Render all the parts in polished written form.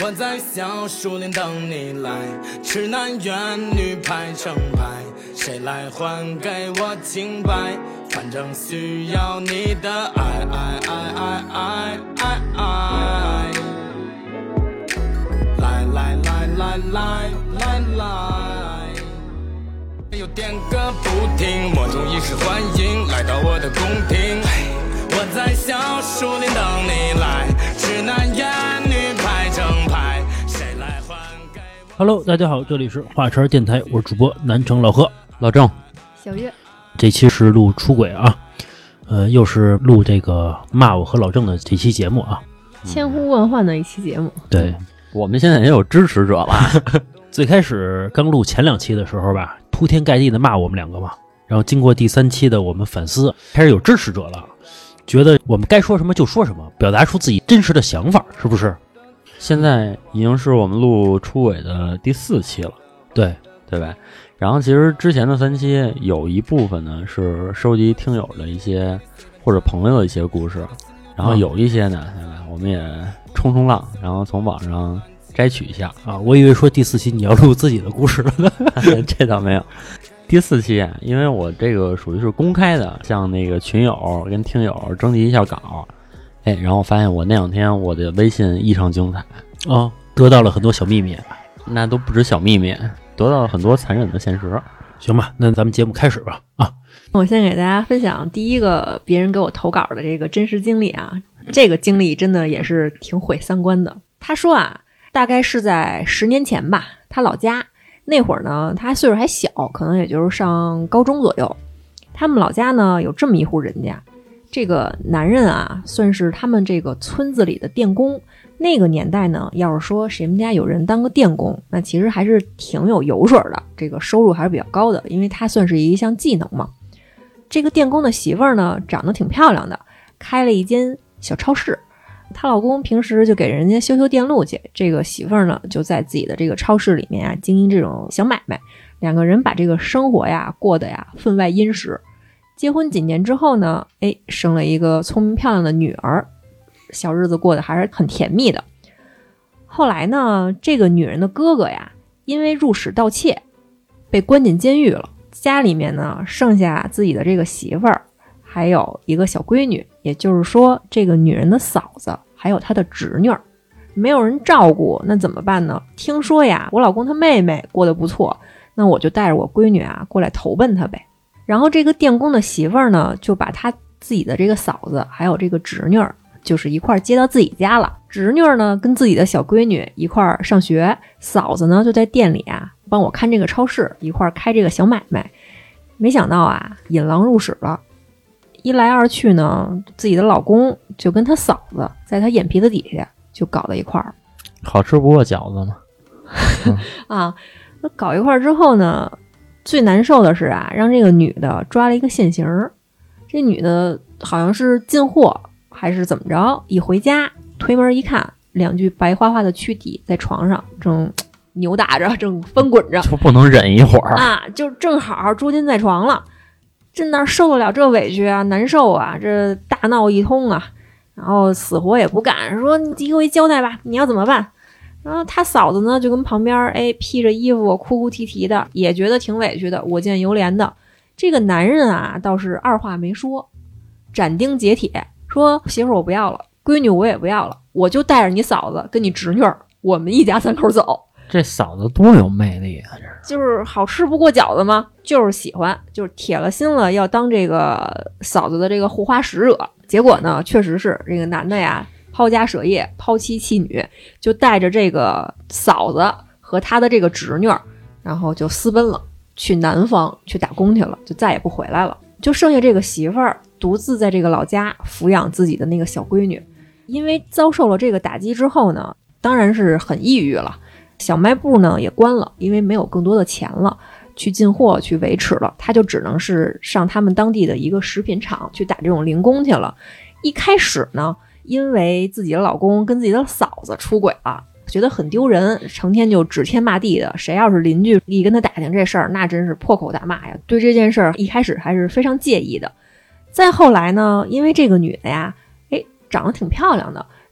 我在小树林等你来，痴男怨女排成排，谁来还给我清白？反正需要你的爱，来，有点歌不停，莫衷一是欢迎来到我的宫廷。我在小树林等你来，痴男怨女排成排，谁来还给我。 Hello， 大家好，这里是华晨电台，我是主播南城老何， 老郑， 小月。 这期是录出轨啊，又是录这个骂我和老郑的这期节目啊， 千呼万唤的一期节目。 对， 我们现在也有支持者了。 最开始刚录前2期的时候吧，铺天盖地的骂我们2个嘛，然后经过第3期的我们反思，开始有支持者了，觉得我们该说什么就说什么，表达出自己真实的想法，是不是？ 现在已经是我们录出轨的第4期了， 对吧？然后其实之前的3期有一部分呢是收集听友的一些或者朋友的一些故事，然后有一些呢，我们也冲浪，然后从网上摘取一下啊。我以为说第4期你要录自己的故事了呢， 这倒没有。第4期啊，因为我这个属于是公开的，向那个群友跟听友征集一下稿，然后我发现我那2天我的微信异常精彩啊，得到了很多小秘密， 那都不止小秘密，得到了很多残忍的现实。 行吧，那咱们节目开始吧啊！ 我先给大家分享第一个别人给我投稿的这个真实经历啊，这个经历真的也是挺毁3观的。他说啊，大概是在10年前吧，他老家那会儿呢，他岁数还小，可能也就是上高中左右。他们老家呢有这么一户人家，这个男人啊算是他们这个村子里的电工。那个年代呢，要是说谁们家有人当个电工，那其实还是挺有油水的，这个收入还是比较高的，因为它算是一项技能嘛。这个电工的媳妇儿呢，长得挺漂亮的，开了一间小超市。她老公平时就给人家修电路去，这个媳妇儿呢就在自己的这个超市里面啊经营这种小买卖。2个人把这个生活呀过得呀分外殷实。结婚几年之后呢，生了一个聪明漂亮的女儿。小日子过得还是很甜蜜的。后来呢，这个女人的哥哥呀，因为入室盗窃，被关进监狱了。家里面呢，剩下自己的这个媳妇儿，还有一个小闺女，也就是说，这个女人的嫂子，还有她的侄女儿，没有人照顾，那怎么办呢？听说呀，我老公他妹妹过得不错，那我就带着我闺女啊过来投奔她呗。然后这个电工的媳妇儿呢，就把她自己的这个嫂子，还有这个侄女儿。就是一块接到自己家了，侄女呢跟自己的小闺女一块上学，嫂子呢就在店里啊帮我看这个超市，一块开这个小买卖。没想到啊引狼入室了，一来二去呢，自己的老公就跟他嫂子在他眼皮子底下就搞到一块儿。 好吃不过饺子吗？ 啊，那搞一块儿之后呢，最难受的是啊，让这个女的抓了一个现行。这女的好像是进货。还是怎么着？一回家推门一看，2具白花花的躯体在床上正扭打着，正翻滚着， 就不能忍一会儿啊！就正好捉奸在床了，这哪受得了这委屈啊，难受啊！这大闹一通啊，然后死活也不干，说你给我一交代吧，你要怎么办？然后他嫂子呢就跟旁边披着衣服哭哭啼啼的，也觉得挺委屈的，我见犹怜的。这个男人啊倒是二话没说，斩钉截铁。说媳妇儿我不要了，闺女我也不要了，我就带着你嫂子跟你侄女儿，我们一家3口走。 这嫂子多有魅力啊！ 就是好吃不过饺子吗？就是喜欢，就是铁了心了要当这个嫂子的这个护花使者。结果呢，确实是这个男的呀，抛家舍业，抛妻弃女，就带着这个嫂子和他的这个侄女儿，然后就私奔了，去南方去打工去了，就再也不回来了。就剩下这个媳妇儿独自在这个老家抚养自己的那个小闺女。因为遭受了这个打击之后呢，当然是很抑郁了。小卖部呢也关了，因为没有更多的钱了去进货去维持了，他就只能是上他们当地的一个食品厂去打这种零工去了。一开始呢，因为自己的老公跟自己的嫂子出轨了，觉得很丢人，成天就指天骂地的，谁要是邻居一跟他打听这事儿，那真是破口大骂呀。对这件事儿一开始还是非常介意的。再后来呢，因为这个女的呀长得挺漂亮的，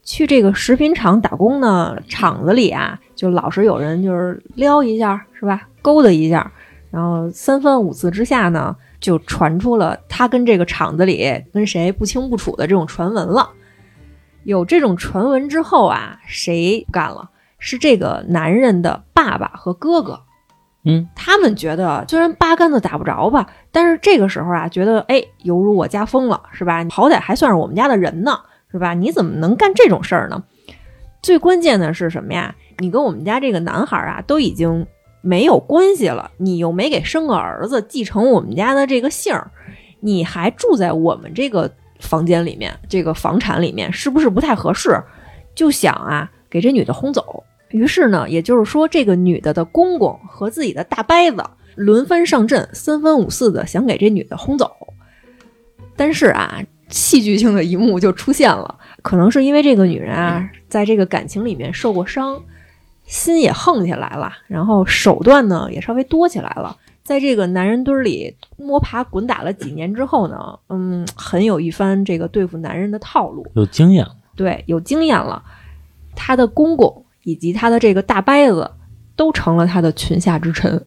去这个食品厂打工呢，厂子里啊，就老是有人就是撩一下，是吧？勾搭一下，然后3番5次之下呢，就传出了他跟这个厂子里跟谁不清不楚的这种传闻了。有这种传闻之后啊，谁干了？是这个男人的爸爸和哥哥。他们觉得虽然八竿子打不着吧，但是这个时候啊，觉得犹如我家疯了，是吧？好歹还算是我们家的人呢，是吧？你怎么能干这种事儿呢？最关键的是什么呀？你跟我们家这个男孩啊，都已经没有关系了，你又没给生个儿子继承我们家的这个姓儿，你还住在我们这个房间里面，这个房产里面，是不是不太合适？就想啊，给这女的轰走。于是呢，也就是说，这个女的的公公和自己的大伯子轮番上阵，3番5次的想给这女的轰走。但是啊，戏剧性的一幕就出现了，可能是因为这个女人啊，在这个感情里面受过伤，心也横起来了，然后手段呢也稍微多起来了。在这个男人堆里摸爬滚打了几年之后呢，很有一番这个对付男人的套路， 有经验了。 对，有经验了。他的公公以及他的这个大伯子都成了他的裙下之臣。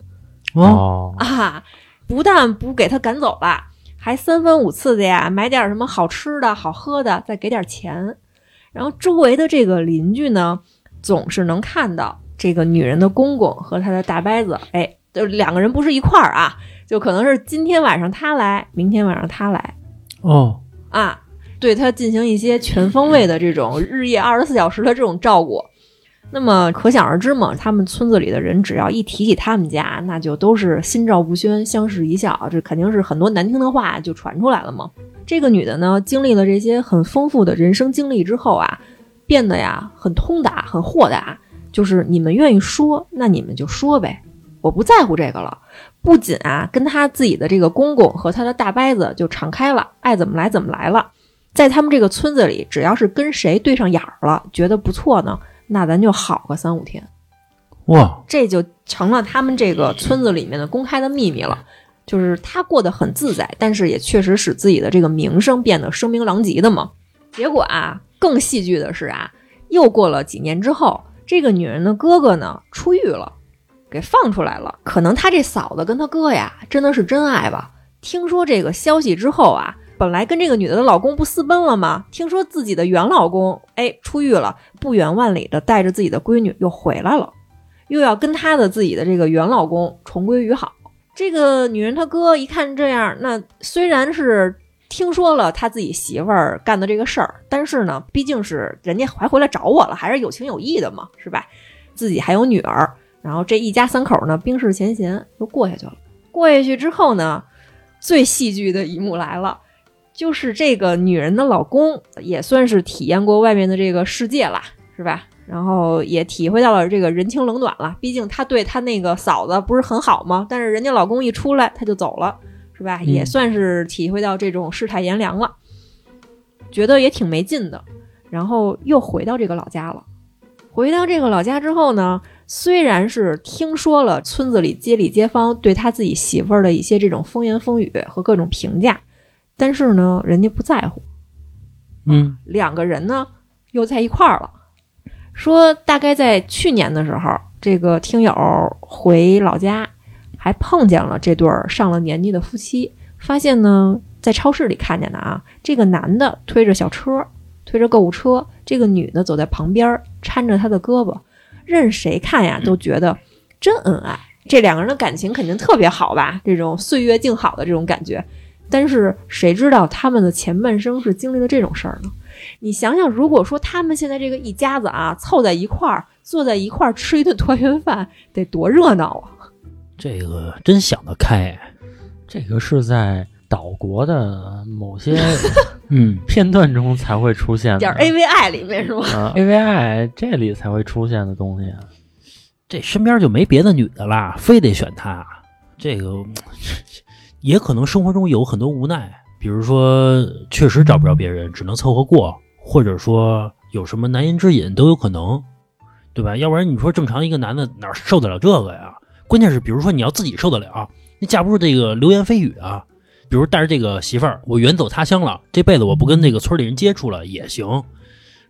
不但不给他赶走了，还3番5次的呀，买点什么好吃的好喝的，再给点钱。然后周围的这个邻居呢，总是能看到这个女人的公公和他的大伯子，就两个人不是一块儿啊，就可能是今天晚上他来，明天晚上他来。对他进行一些全方位的这种日夜24小时的这种照顾。那么可想而知嘛，他们村子里的人只要一提起他们家，那就都是心照不宣，相视一笑，这肯定是很多难听的话就传出来了嘛。这个女的呢，经历了这些很丰富的人生经历之后啊，变得呀很通达，很豁达，就是你们愿意说，那你们就说呗，我不在乎这个了。不仅啊跟他自己的这个公公和他的大伯子就敞开了，爱怎么来怎么来了。在他们这个村子里，只要是跟谁对上眼儿了，觉得不错呢，那咱就好个3-5天。 哇， 这就成了他们这个村子里面的公开的秘密了。就是他过得很自在，但是也确实使自己的这个名声变得声名狼藉的嘛。结果啊，更戏剧的是啊，又过了几年之后，这个女人的哥哥呢出狱了，给放出来了。可能他这嫂子跟他哥呀真的是真爱吧。听说这个消息之后啊，本来跟这个女的老公不私奔了吗？听说自己的原老公出狱了，不远万里的带着自己的闺女又回来了，又要跟他的自己的这个原老公重归于好。这个女人她哥一看这样，那虽然是听说了他自己媳妇儿干的这个事儿，但是呢，毕竟是人家还回来找我了，还是有情有义的嘛，是吧？自己还有女儿，然后这一家3口呢，冰释前嫌又过下去了。过下去之后呢，最戏剧的一幕来了，就是这个女人的老公也算是体验过外面的这个世界啦，是吧？然后也体会到了这个人情冷暖了，毕竟他对他那个嫂子不是很好吗？但是人家老公一出来他就走了，是吧？也算是体会到这种世态炎凉了，觉得也挺没劲的。然后又回到这个老家了。回到这个老家之后呢，虽然是听说了村子里街里街坊对他自己媳妇儿的一些这种风言风语和各种评价，但是呢，人家不在乎。两个人呢又在一块儿了。说大概在去年的时候，这个听友回老家还碰见了这对上了年纪的夫妻，发现呢在超市里看见的啊，这个男的推着小车，推着购物车，这个女的走在旁边搀着他的胳膊，任谁看呀都觉得真恩爱。这两个人的感情肯定特别好吧，这种岁月静好的这种感觉。但是谁知道他们的前半生是经历了这种事儿呢？你想想，如果说他们现在这个一家子啊凑在一块儿，坐在一块儿吃一顿团圆饭，得多热闹啊！ 这个真想得开。 这个是在岛国的某些片段中才会出现的， 点 AVI 里面是吗 ？AVI 这里才会出现的东西啊。 这身边就没别的女的啦，非得选她。这个也可能生活中有很多无奈，比如说确实找不着别人，只能凑合过，或者说有什么难言之隐都有可能，对吧？要不然你说正常一个男的哪受得了这个呀？关键是比如说你要自己受得了，你架不住这个流言蜚语啊。比如带着这个媳妇儿，我远走他乡了，这辈子我不跟这个村里人接触了也行。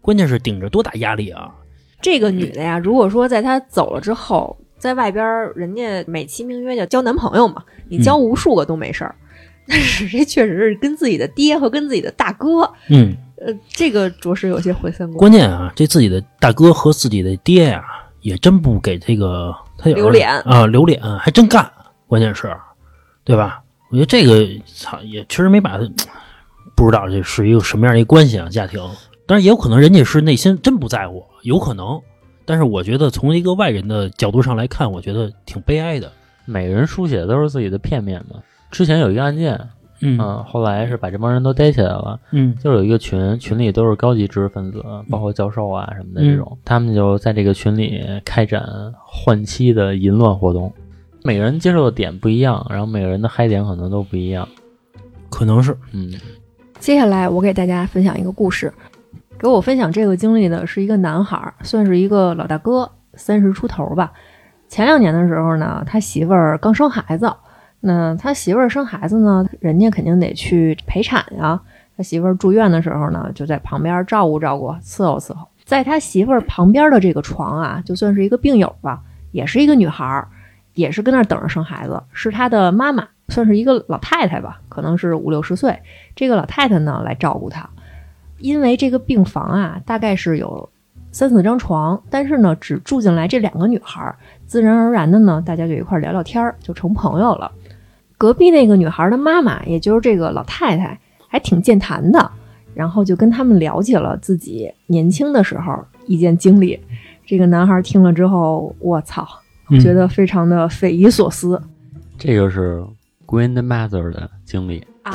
关键是顶着多大压力啊！ 这个女的呀，如果说在她走了之后，在外边人家美其名曰叫交男朋友嘛，你交无数个都没事儿。但是这确实是跟自己的爹和跟自己的大哥，这个着实有些毁三观。 关键啊，这自己的大哥和自己的爹呀，也真不给这个他留脸啊，留脸还真干。关键是，对吧？我觉得这个也确实没把他，不知道这是一个什么样的一个关系啊，家庭。当然也有可能人家是内心真不在乎，有可能。但是我觉得从一个外人的角度上来看，我觉得挺悲哀的。 每个人书写的都是自己的片面嘛。之前有一个案件，后来是把这帮人都逮起来了，就是有一个群里都是高级知识分子，包括教授啊什么的这种，他们就在这个群里开展换妻的淫乱活动。每个人接受的点不一样，然后每个人的嗨点可能都不一样， 可能是。 接下来我给大家分享一个故事。给我分享这个经历的是一个男孩，算是一个老大哥，30出头吧。前2年的时候呢，他媳妇儿刚生孩子，那他媳妇儿生孩子呢，人家肯定得去陪产呀。他媳妇儿住院的时候呢，就在旁边照顾照顾，伺候伺候。在他媳妇儿旁边的这个床啊，就算是一个病友吧，也是一个女孩，也是跟那儿等着生孩子，是他的妈妈，算是一个老太太吧，可能是50、60岁。这个老太太呢来照顾他。因为这个病房啊，大概是有3、4张床，但是呢，只住进来这2个女孩，自然而然的呢，大家就一块聊聊天，就成朋友了。隔壁那个女孩的妈妈，也就是这个老太太，还挺健谈的，然后就跟他们聊起了自己年轻的时候一件经历。这个男孩听了之后，我操，觉得非常的匪夷所思。 这个是 grandmother 的经历啊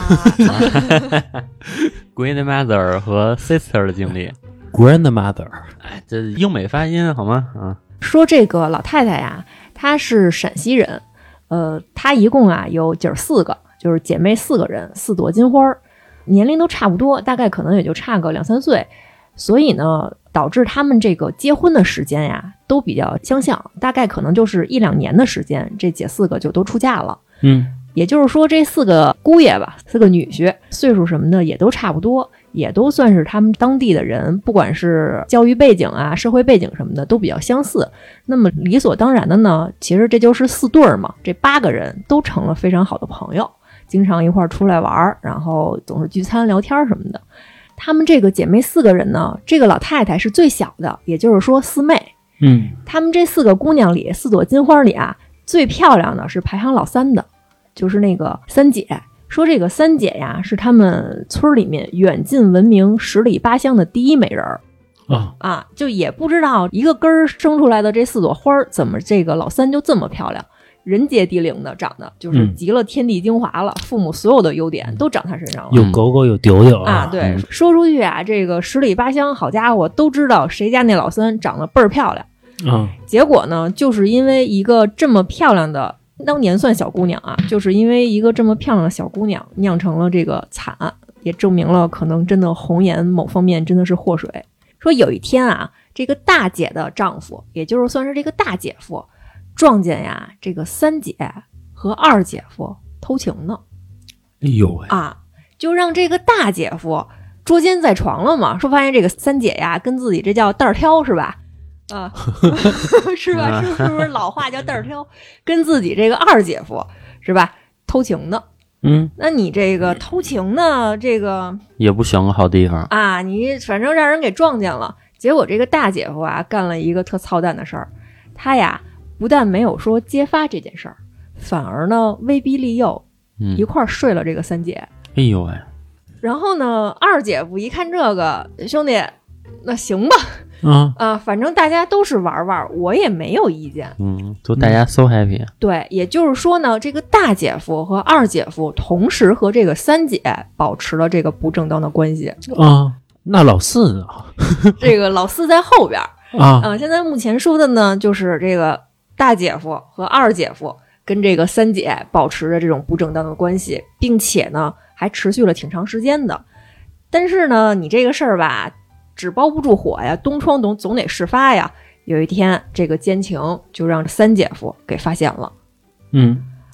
grandmother 和 sister 的经历 grandmother， 哎，这英美发音好吗？ 说这个老太太呀，她是陕西人，她一共啊有姐儿4个，就是姐妹4个人，4朵金花，年龄都差不多，大概可能也就差个2、3岁，所以呢，导致他们这个结婚的时间呀都比较相像，大概可能就是1、2年的时间，这姐4个就都出嫁了。也就是说这4个姑爷吧，4个女婿，岁数什么的也都差不多，也都算是他们当地的人，不管是教育背景啊、社会背景什么的都比较相似。那么理所当然的呢，其实这就是4对儿嘛，这8个人都成了非常好的朋友，经常一块儿出来玩，然后总是聚餐聊天什么的。他们这个姐妹4个人呢，这个老太太是最小的，也就是说4妹。他们这4个姑娘里，4朵金花里啊，最漂亮的是排行老3的，就是那个3姐。说这个3姐呀，是他们村里面远近闻名10里8乡的第一美人儿啊，就也不知道一个根儿生出来的这4朵花儿，怎么这个老3就这么漂亮，人杰地灵的，长得就是集了天地精华了，父母所有的优点都长他身上了， 有狗狗有丢丢啊。对，说出去啊，这个10里8乡，好家伙，都知道谁家那老3长得倍儿漂亮。结果呢，就是因为一个这么漂亮的，当年算小姑娘啊，就是因为一个这么漂亮的小姑娘酿成了这个惨案，也证明了可能真的红颜某方面真的是祸水。说有一天啊，这个大姐的丈夫，也就是算是这个大姐夫，撞见呀这个3姐和2姐夫偷情呢。 哎呦喂啊，就让这个大姐夫捉奸在床了嘛。说发现这个3姐呀跟自己这叫蛋儿挑是吧？是吧？是不是老话叫蛋儿挑？跟自己这个2姐夫是吧偷情的。那你这个偷情呢，这个也不选个好地方啊，你反正让人给撞见了。结果这个大姐夫啊干了一个特操蛋的事儿，他呀不但没有说揭发这件事儿，反而呢威逼利诱，一块儿睡了这个3姐。 哎呦喂！ 然后呢2姐夫一看这个，兄弟，那行吧。反正大家都是玩玩，我也没有意见。 就大家 so happy。 对，也就是说呢，这个大姐夫和2姐夫同时和这个3姐保持了这个不正当的关系。 那老4呢？ 这个老4在后边现在目前说的呢，就是这个大姐夫和2姐夫跟这个3姐保持着这种不正当的关系，并且呢还持续了挺长时间的。但是呢，你这个事儿吧，纸包不住火呀，东窗总得事发呀。有一天，这个奸情就让3姐夫给发现了。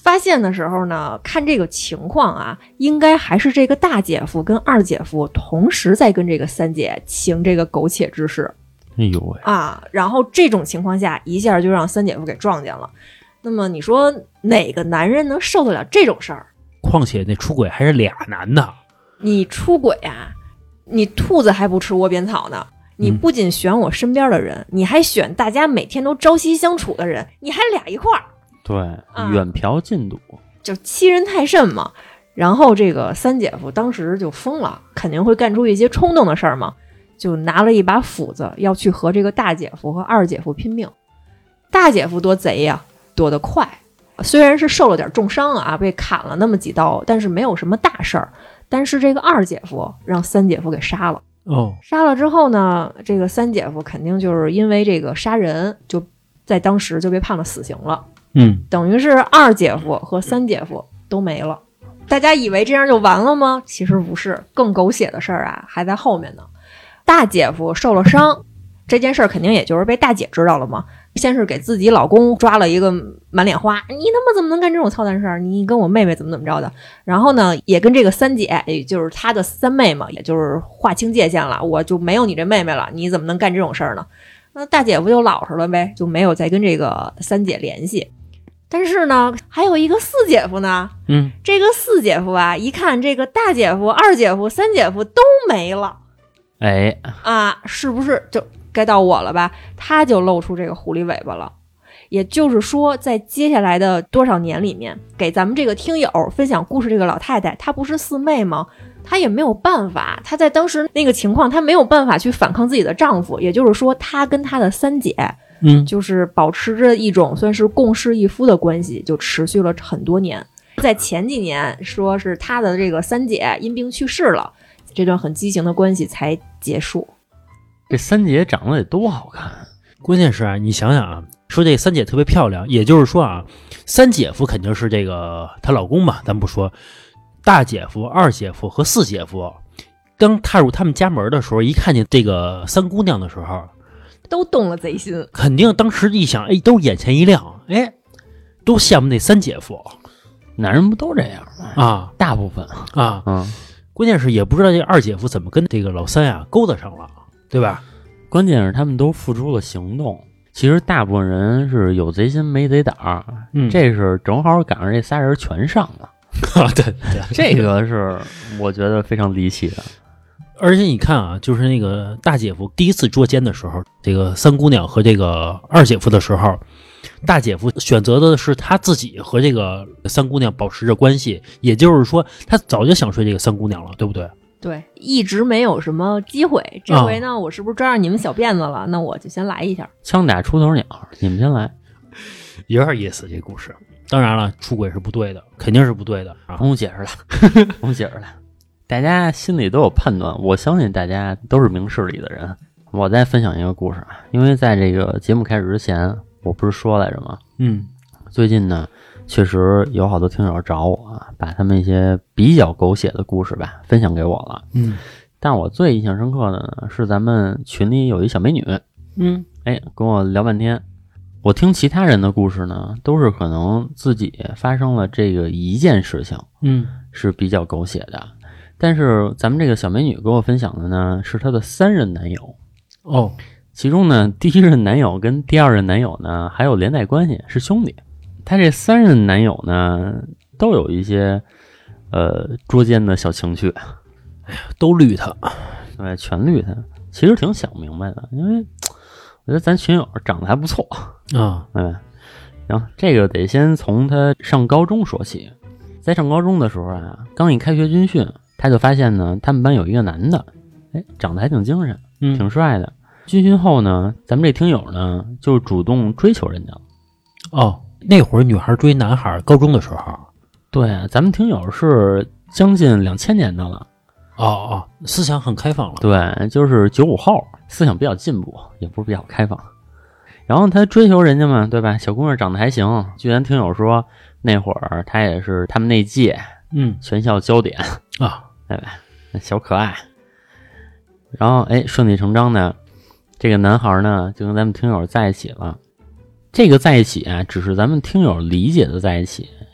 发现的时候呢，看这个情况啊，应该还是这个大姐夫跟二姐夫同时在跟这个三姐行这个苟且之事。 哎呦喂啊！然后这种情况下，一下就让三姐夫给撞见了。那么你说哪个男人能受得了这种事儿？ 况且那出轨还是俩男的。 你出轨啊，你兔子还不吃窝边草呢。你不仅选我身边的人，你还选大家每天都朝夕相处的人，你还俩一块儿。 对，远嫖近赌， 就欺人太甚嘛。然后这个三姐夫当时就疯了，肯定会干出一些冲动的事儿嘛，就拿了一把斧子要去和这个大姐夫和二姐夫拼命。大姐夫多贼呀，躲得快，虽然是受了点重伤啊，被砍了那么几刀，但是没有什么大事儿。但是这个二姐夫让三姐夫给杀了。杀了之后呢，这个三姐夫肯定就是因为这个杀人，就在当时就被判了死刑了。等于是二姐夫和三姐夫都没了。大家以为这样就完了吗？其实不是，更狗血的事儿啊还在后面呢。大姐夫受了伤，这件事儿肯定也就是被大姐知道了嘛。先是给自己老公抓了一个满脸花，你他妈怎么能干这种操蛋事儿？你跟我妹妹怎么着的？然后呢，也跟这个三姐，也就是她的三妹嘛，也就是划清界限了，我就没有你这妹妹了，你怎么能干这种事儿呢？那大姐夫就老实了呗，就没有再跟这个三姐联系。但是呢，还有一个四姐夫呢。这个四姐夫啊，一看这个大姐夫、二姐夫、三姐夫都没了，是不是就该到我了吧？他就露出这个狐狸尾巴了。也就是说，在接下来的多少年里面，给咱们这个听友分享故事这个老太太，她不是四妹吗？她也没有办法，她在当时那个情况，她没有办法去反抗自己的丈夫。也就是说，她跟她的三姐就是保持着一种算是共侍一夫的关系，就持续了很多年。在前几年，说是她的这个三姐因病去世了，这段很畸形的关系才结束。 这三姐长得得多好看！ 关键是啊，你想想啊，说这三姐特别漂亮，也就是说啊，三姐夫肯定是这个她老公嘛，咱不说，大姐夫、二姐夫和四姐夫，当踏入他们家门的时候，一看见这个三姑娘的时候， 都动了贼心， 肯定当时一想，哎，都眼前一亮，哎，都羡慕那三姐夫。 男人不都这样吗？ 啊， 大部分啊，关键是也不知道这二姐夫怎么跟这个老三啊勾搭上了，对吧？ 关键是他们都付出了行动。其实大部分人是有贼心没贼胆儿，这是正好赶上这仨人全上了。 对， 这个是我觉得非常离奇的。 而且你看啊，就是那个大姐夫第一次捉奸的时候，这个三姑娘和这个二姐夫的时候，大姐夫选择的是他自己和这个三姑娘保持着关系，也就是说他早就想睡这个三姑娘了，对不对？ 对，一直没有什么机会。这回呢，我是不是抓上你们小辫子了？那我就先来一下， 枪打出头鸟，你们先来， 有点意思这故事。当然了，出轨是不对的，肯定是不对的， 不用解释了，不用解释了，大家心里都有判断。我相信大家都是明事理的人。我再分享一个故事，因为在这个节目开始之前，我不是说来着吗？最近呢，确实有好多听友找我，把他们一些比较狗血的故事吧分享给我了。但是我最印象深刻的呢，是咱们群里有一小美女，跟我聊半天。我听其他人的故事呢，都是可能自己发生了这个一件事情，是比较狗血的。但是咱们这个小美女给我分享的呢，是她的3任男友。其中呢，第1任男友跟第2任男友呢还有连带关系，是兄弟。她这3任男友呢，都有一些捉奸的小情趣， 都绿她， 对，全绿她。其实挺想明白的，因为我觉得咱群友长得还不错啊。 然后这个得先从他上高中说起。在上高中的时候啊，刚一开学军训，他就发现呢，他们班有一个男的，长得还挺精神，挺帅的。军训后呢，咱们这听友呢就主动追求人家了。 那会儿女孩追男孩，高中的时候。 对，咱们听友是将近2000年的了。 思想很开放了。 对，就是95后，思想比较进步，也不是比较开放。然后他追求人家嘛，对吧？小姑娘长得还行，据咱听友说，那会儿他也是他们那届全校焦点对吧？小可爱。然后顺理成章的，这个男孩呢就跟咱们听友在一起了。这个在一起啊，只是咱们听友理解的在一起，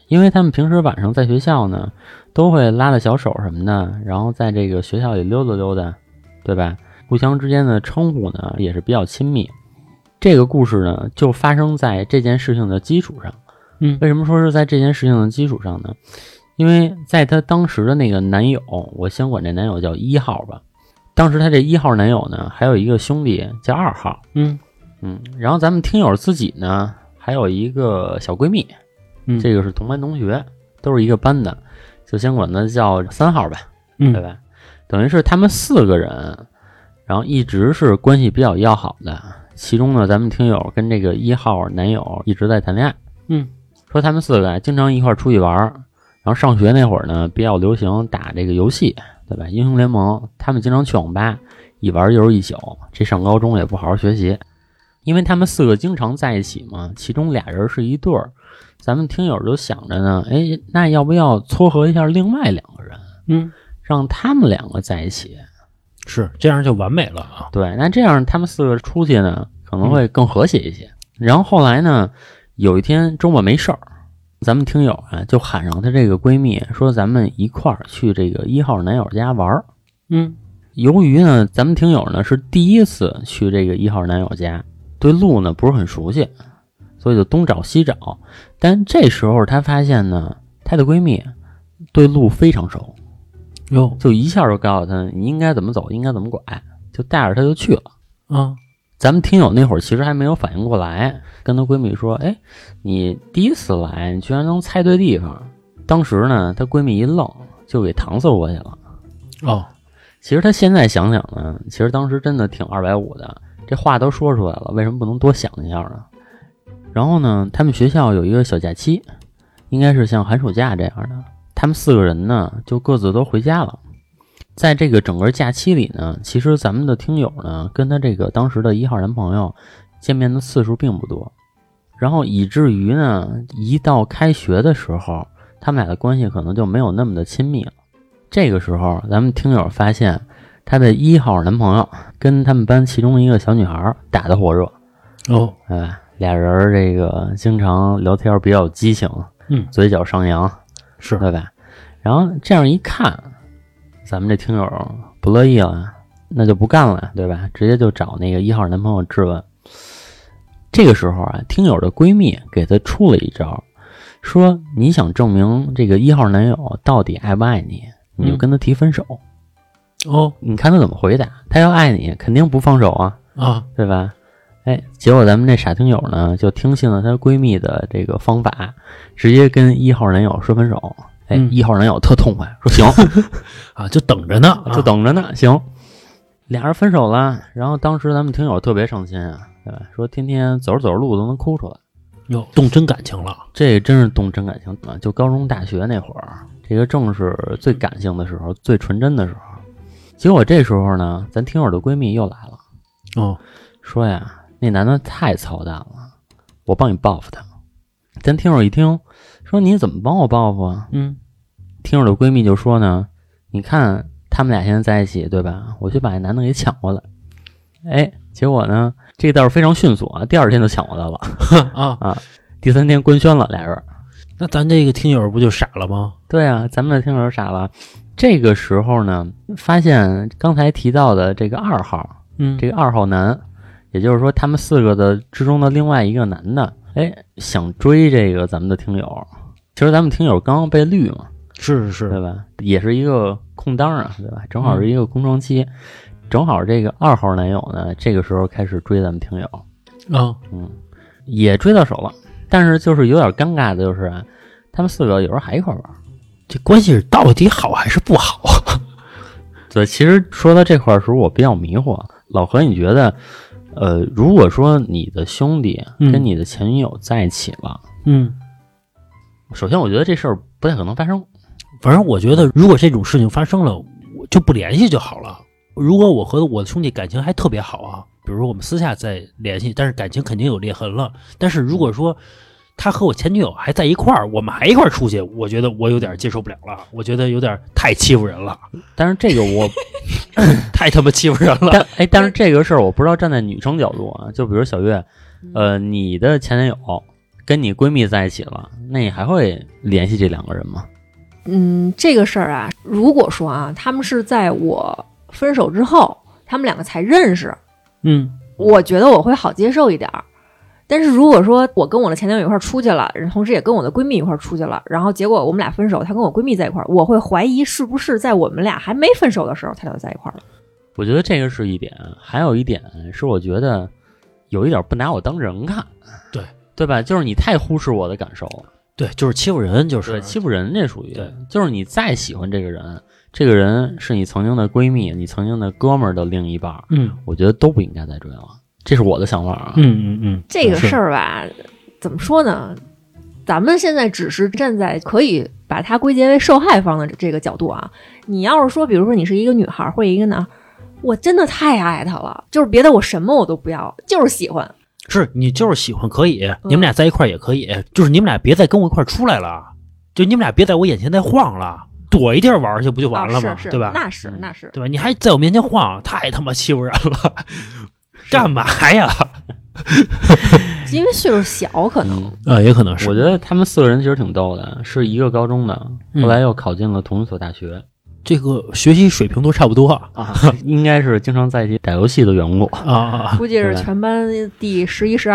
因为他们平时晚上在学校呢，都会拉着小手什么的，然后在这个学校里溜达溜达，对吧？互相之间的称呼呢也是比较亲密。这个故事呢就发生在这件事情的基础上。为什么说是在这件事情的基础上呢？因为在他当时的那个男友，我先管这男友叫1号吧。当时他这1号男友呢，还有一个兄弟叫2号。然后咱们听友自己呢，还有一个小闺蜜，这个是同班同学，都是一个班的，就先管他叫3号吧，对吧？等于是他们4个人，然后一直是关系比较要好的。其中呢，咱们听友跟这个1号男友一直在谈恋爱。说他们4个经常一块出去玩，然后上学那会儿呢，比较流行打这个游戏，对吧？英雄联盟，他们经常去网吧，一玩就是一宿。这上高中也不好好学习，因为他们4个经常在一起嘛，其中俩人是一对儿。咱们听友就想着呢，那要不要撮合一下另外2个人？让他们2个在一起， 是这样就完美了啊。 对，那这样他们4个出去呢，可能会更和谐一些。然后后来呢，有一天周末没事儿，咱们听友啊就喊上她这个闺蜜，说咱们一块儿去这个1号男友家玩。由于呢，咱们听友呢是第一次去这个1号男友家，对路呢不是很熟悉，所以就东找西找。但这时候她发现呢，她的闺蜜对路非常熟，就一下就告诉她你应该怎么走，应该怎么拐，就带着她就去了。咱们听友那会儿其实还没有反应过来，跟她闺蜜说，你第一次来，你居然能猜对地方。当时呢，她闺蜜一愣，就给搪塞过去了。其实她现在想想呢，其实当时真的挺250的，这话都说出来了，为什么不能多想一下呢？然后呢，他们学校有一个小假期，应该是像寒暑假这样的，他们4个人呢就各自都回家了。在这个整个假期里呢，其实咱们的听友呢跟他这个当时的1号男朋友见面的次数并不多，然后以至于呢一到开学的时候，他们俩的关系可能就没有那么的亲密了。这个时候咱们听友发现他的1号男朋友跟他们班其中一个小女孩打得火热。俩人这个经常聊天比较有激情，嘴角上扬， 是对吧？然后这样一看，咱们这听友不乐意了，那就不干了，对吧？直接就找那个1号男朋友质问。这个时候啊，听友的闺蜜给她出了一招，说你想证明这个1号男友到底爱不爱你，你就跟他提分手。你看他怎么回答？他要爱你，肯定不放手啊，对吧？结果咱们这傻听友呢，就听信了她闺蜜的这个方法，直接跟1号男友说分手。1号男友特痛快，说行就等着呢， 行。俩人分手了，然后当时咱们听友特别伤心啊，对吧？说天天走着走着路都能哭出来， 动真感情了。 这真是动真感情了。就高中大学那会儿，这个正是最感性的时候，最纯真的时候。结果这时候呢，咱听友的闺蜜又来了，说呀，那男的太操蛋了，我帮你报复他。咱听友一听，说你怎么帮我报复啊？听友的闺蜜就说呢，你看他们俩现在在一起，对吧？我去把那男的给抢过来。结果呢，这个倒是非常迅速啊，第2天就抢过来了第3天官宣了俩人。 那咱这个听友不就傻了吗？ 对啊，咱们的听友傻了。这个时候呢，发现刚才提到的这个2号，这个2号男，也就是说他们4个的之中的另外一个男的，想追这个咱们的听友。其实咱们听友刚刚被绿嘛， 是， 对吧？也是一个空当啊，对吧？正好是一个空窗期，正好这个2号男友呢，这个时候开始追咱们听友，也追到手了。但是就是有点尴尬的就是他们4个有时候还一块玩， 这关系到底好还是不好？ 对，其实说到这块的时候，我比较迷惑。老何，你觉得，如果说你的兄弟跟你的前女友在一起了，首先我觉得这事儿不太可能发生。 反正我觉得，如果这种事情发生了，我就不联系就好了。如果我和我的兄弟感情还特别好啊，比如说我们私下再联系，但是感情肯定有裂痕了。但是如果说他和我前女友还在一块儿，我们还一块儿出去，我觉得我有点接受不了了，我觉得有点太欺负人了。 但是这个我太他妈欺负人了。 但是这个事儿我不知道站在女生角度啊，就比如小月，你的前男友跟你闺蜜在一起了，那你还会联系这两个人吗？ 这个事儿啊，如果说啊，他们是在我分手之后，他们两个才认识，我觉得我会好接受一点儿。但是如果说我跟我的前男友一块儿出去了，同时也跟我的闺蜜一块儿出去了，然后结果我们俩分手，他跟我闺蜜在一块儿，我会怀疑是不是在我们俩还没分手的时候他俩在一块儿了。 我觉得这个是一点，还有一点是我觉得有一点不拿我当人看，对吧？就是你太忽视我的感受了， 对，就是欺负人，就是欺负人，这属于就是你再喜欢这个人，这个人是你曾经的闺蜜，你曾经的哥们儿的另一半，我觉得都不应该再追了。这是我的想法啊。 这个事儿吧，怎么说呢？咱们现在只是站在可以把它归结为受害方的这个角度啊。你要是说，比如说你是一个女孩或者一个男孩，我真的太爱他了，就是别的我什么我都不要，就是喜欢。 是你就是喜欢可以，你们俩在一块儿也可以，就是你们俩别再跟我一块儿出来了，就你们俩别在我眼前再晃了，躲一地儿玩去不就完了吗？对吧？ 那是， 对吧？你还在我面前晃，太他妈欺负人了。干嘛呀？ 因为岁数小，可能也可能是。 我觉得他们4个人其实挺逗的，是一个高中的，后来又考进了同一所大学， 这个学习水平都差不多啊，应该是经常在一起打游戏的缘故啊， 估计是全班第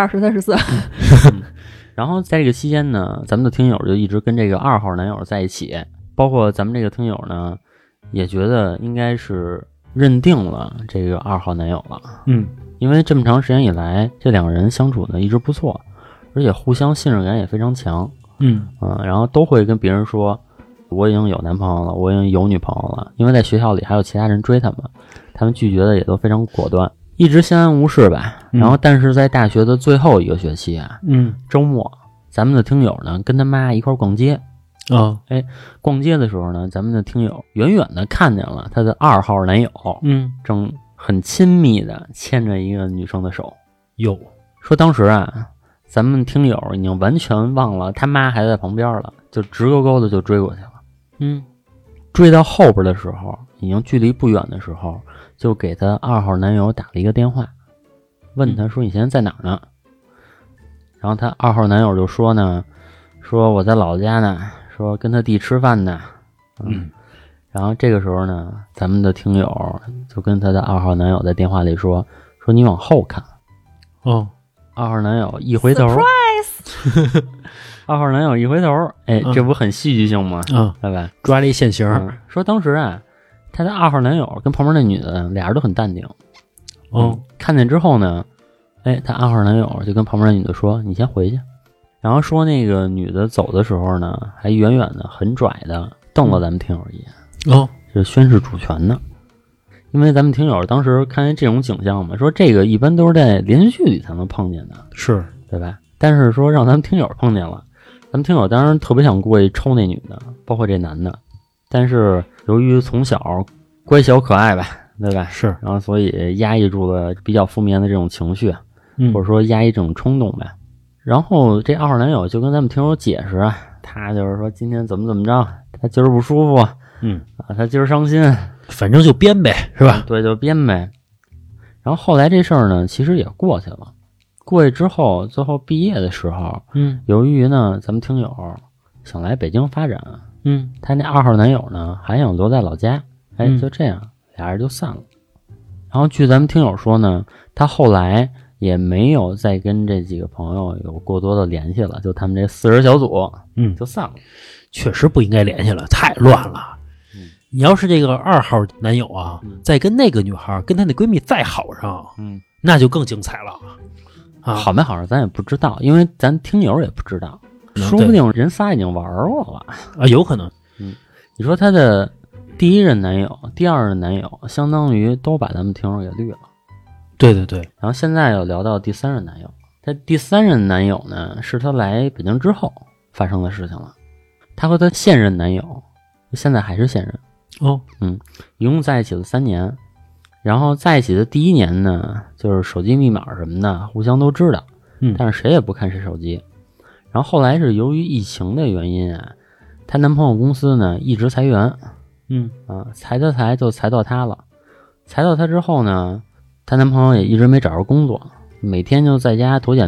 11、12、13、14。 然后在这个期间呢，咱们的听友就一直跟这个2号男友在一起，包括咱们这个听友呢，也觉得应该是认定了这个2号男友了。因为这么长时间以来，这两个人相处呢一直不错，而且互相信任感也非常强。然后都会跟别人说，我已经有男朋友了，我已经有女朋友了。因为在学校里还有其他人追他们，他们拒绝的也都非常果断，一直相安无事吧。然后，但是在大学的最后一个学期啊，周末，咱们的听友呢跟他妈一块逛街。逛街的时候呢，咱们的听友远远的看见了他的2号男友，正很亲密的牵着一个女生的手。说当时啊，咱们听友已经完全忘了他妈还在旁边了，就直勾勾的就追过去了。追到后边的时候，已经距离不远的时候，就给他2号男友打了一个电话，问他说你现在在哪儿呢？然后他2号男友就说呢，说我在老家呢，说跟他弟吃饭呢。然后这个时候呢，咱们的听友就跟他的2号男友在电话里说你往后看。2号男友一回头 Surprise 2号男友一回头，这不很戏剧性吗？对吧？ 抓了一现行。 说当时啊，他的2号男友跟旁边那女的俩人都很淡定。看见之后呢，他2号男友就跟旁边那女的说你先回去。然后说那个女的走的时候呢，还远远的很拽的瞪了咱们听友一眼。是宣示主权的。因为咱们听友当时看见这种景象嘛，说这个一般都是在连续剧里才能碰见的， 是对吧？但是说让咱们听友碰见了，咱们听友当然特别想过去抽那女的，包括这男的，但是由于从小乖小可爱吧，对吧？ 是， 然后所以压抑住了比较负面的这种情绪，或者说压抑这种冲动呗。然后这2号男友就跟咱们听友解释啊，他就是说今天怎么着，他今儿不舒服，他今儿伤心， 反正就编呗，是吧？ 对，就编呗。然后后来这事儿呢，其实也过去了。过去之后，最后毕业的时候，由于呢，咱们听友想来北京发展，他那2号男友呢还想留在老家，就这样，俩人就散了。然后据咱们听友说呢，他后来也没有再跟这几个朋友有过多的联系了，就他们这4人小组，就散了。 确实不应该联系了，太乱了。你要是这个2号男友啊，再跟那个女孩跟她那闺蜜再好上，那就更精彩了。 好没好上咱也不知道，因为咱听友也不知道，说不定人仨已经玩过了啊，有可能。 你说他的第一任男友、第2任男友，相当于都把咱们听友给绿了。 对。 然后现在又聊到第3任男友，他第3任男友呢，是他来北京之后发生的事情了。他和他现任男友现在还是现任。一共在一起了3年，然后在一起的第1年呢，就是手机密码什么的互相都知道，但是谁也不看谁手机。然后后来是由于疫情的原因啊，她男朋友公司呢一直裁员，裁就裁到她了。裁到她之后呢，她男朋友也一直没找着工作，每天就在家投简历，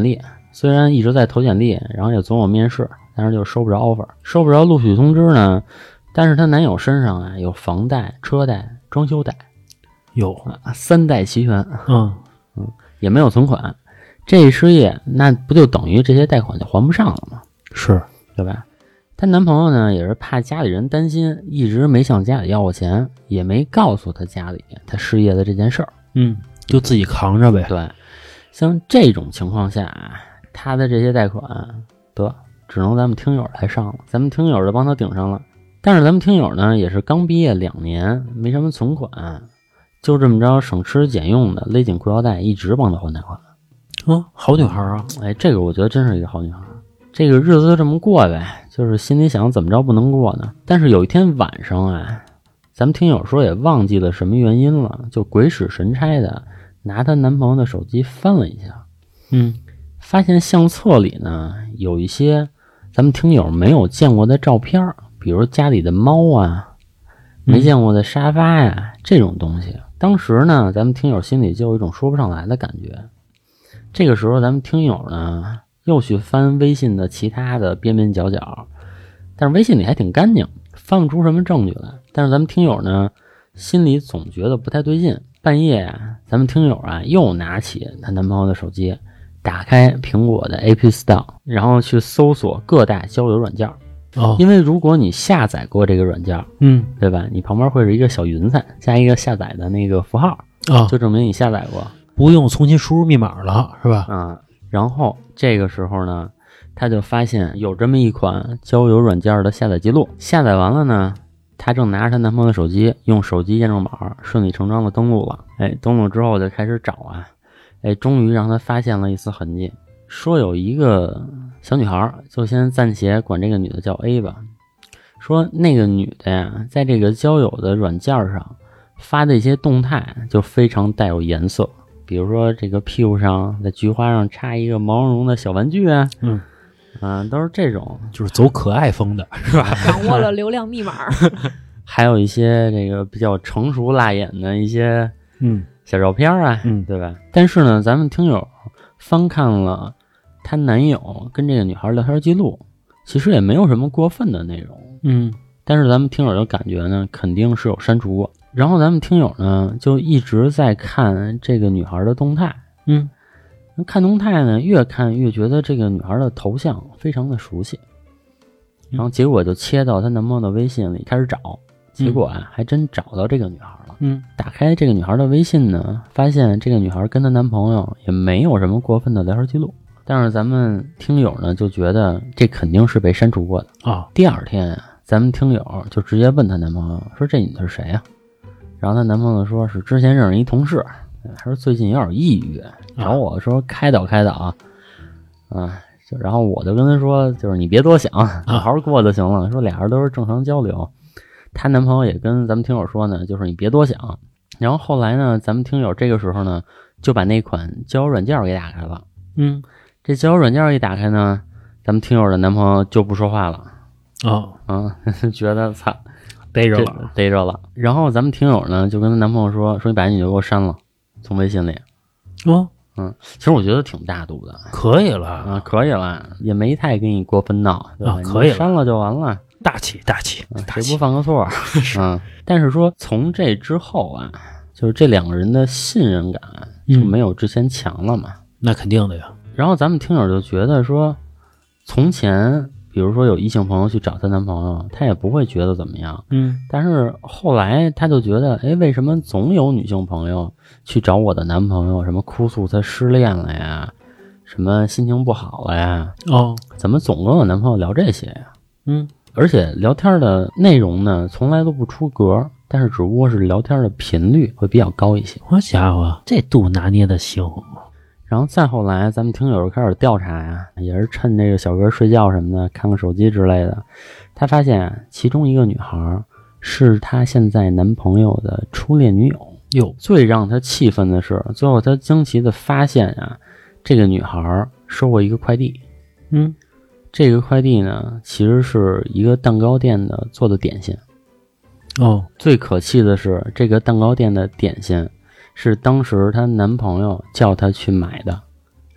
虽然一直在投简历，然后也总有面试，但是就收不着 offer， 收不着录取通知呢。但是她男友身上啊有房贷、车贷、装修贷， 有 3贷齐全，也没有存款。这一失业，那不就等于这些贷款就还不上了吗？ 是， 对吧？她男朋友呢也是怕家里人担心，一直没向家里要过钱，也没告诉她家里她失业的这件事儿。 就自己扛着呗。 对，像这种情况下啊，她的这些贷款只能咱们听友来上了，咱们听友就帮她顶上了。但是咱们听友呢也是刚毕业2年，没什么存款，就这么着省吃俭用的勒紧裤腰带，一直帮她还贷款。 好女孩啊！ 哎，这个我觉得真是一个好女孩。这个日子就这么过呗，就是心里想怎么着不能过呢？但是有一天晚上啊，咱们听友说也忘记了什么原因了，就鬼使神差的拿她男朋友的手机翻了一下，发现相册里呢有一些咱们听友没有见过的照片，比如家里的猫啊，没见过的沙发呀，这种东西。当时呢，咱们听友心里就有一种说不上来的感觉。这个时候，咱们听友呢又去翻微信的其他的边边角角，但是微信里还挺干净，翻不出什么证据来。但是咱们听友呢心里总觉得不太对劲。半夜啊，咱们听友啊又拿起她男朋友的手机，打开苹果的 App Store， 然后去搜索各大交友软件。因为如果你下载过这个软件，对吧？你旁边会是一个小云彩加一个下载的那个符号，就证明你下载过， 不用重新输入密码了，是吧？ 然后这个时候呢，他就发现有这么一款交友软件的下载记录。下载完了呢，她正拿着她男朋友的手机，用手机验证码顺理成章的登录了。登录之后就开始找啊，终于让她发现了一丝痕迹。说有一个小女孩，就先暂且管这个女的叫 A 吧。说那个女的呀，在这个交友的软件上发的一些动态就非常带有颜色，比如说这个屁股上在菊花上插一个毛茸茸的小玩具啊，都是这种， 就是走可爱风的，是吧？ 掌握了流量密码。 还有一些这个比较成熟辣眼的一些小照片啊，对吧？但是呢，咱们听友翻看了她男友跟这个女孩聊天记录，其实也没有什么过分的内容，但是咱们听友就感觉呢，肯定是有删除过。然后咱们听友呢就一直在看这个女孩的动态，看动态呢越看越觉得这个女孩的头像非常的熟悉，然后结果就切到她男朋友的微信里开始找，结果啊还真找到这个女孩了。打开这个女孩的微信呢，发现这个女孩跟她男朋友也没有什么过分的聊天记录，但是咱们听友呢就觉得这肯定是被删除过的第二天咱们听友就直接问她男朋友说这女的是谁啊？然后她男朋友说是之前认识一同事，他说最近有点抑郁，找我说开导开导然后我就跟他说就是你别多想，好好过就行了，说俩人都是正常交流。她男朋友也跟咱们听友说呢，就是你别多想。然后后来呢，咱们听友这个时候呢就把那款交友软件给打开了。这交友软件一打开呢，咱们听友的男朋友就不说话了。觉得操逮着了。 然后咱们听友呢就跟她男朋友说你把你就给我删了，从微信里。其实我觉得挺大度的， 可以了可以了，也没太给你过分闹，对吧？ 可以了， 删了就完了， 大气， 谁不犯个错？但是说从这之后啊，就是这两个人的信任感就没有之前强了嘛。 那肯定的呀。 然后咱们听友就觉得说，从前比如说有异性朋友去找她男朋友，她也不会觉得怎么样。但是后来她就觉得，为什么总有女性朋友去找我的男朋友，什么哭诉她失恋了呀，什么心情不好了呀？怎么总跟我男朋友聊这些呀？而且聊天的内容呢，从来都不出格，但是只不过是聊天的频率会比较高一些。 我家伙，这度拿捏的行。 然后再后来咱们听友开始调查呀，也是趁这个小哥睡觉什么的看看手机之类的，他发现其中一个女孩是他现在男朋友的初恋女友。最让他气愤的是，最后他惊奇的发现啊，这个女孩收过一个快递。这个快递呢其实是一个蛋糕店的做的点心。最可气的是，这个蛋糕店的点心是当时她男朋友叫她去买的，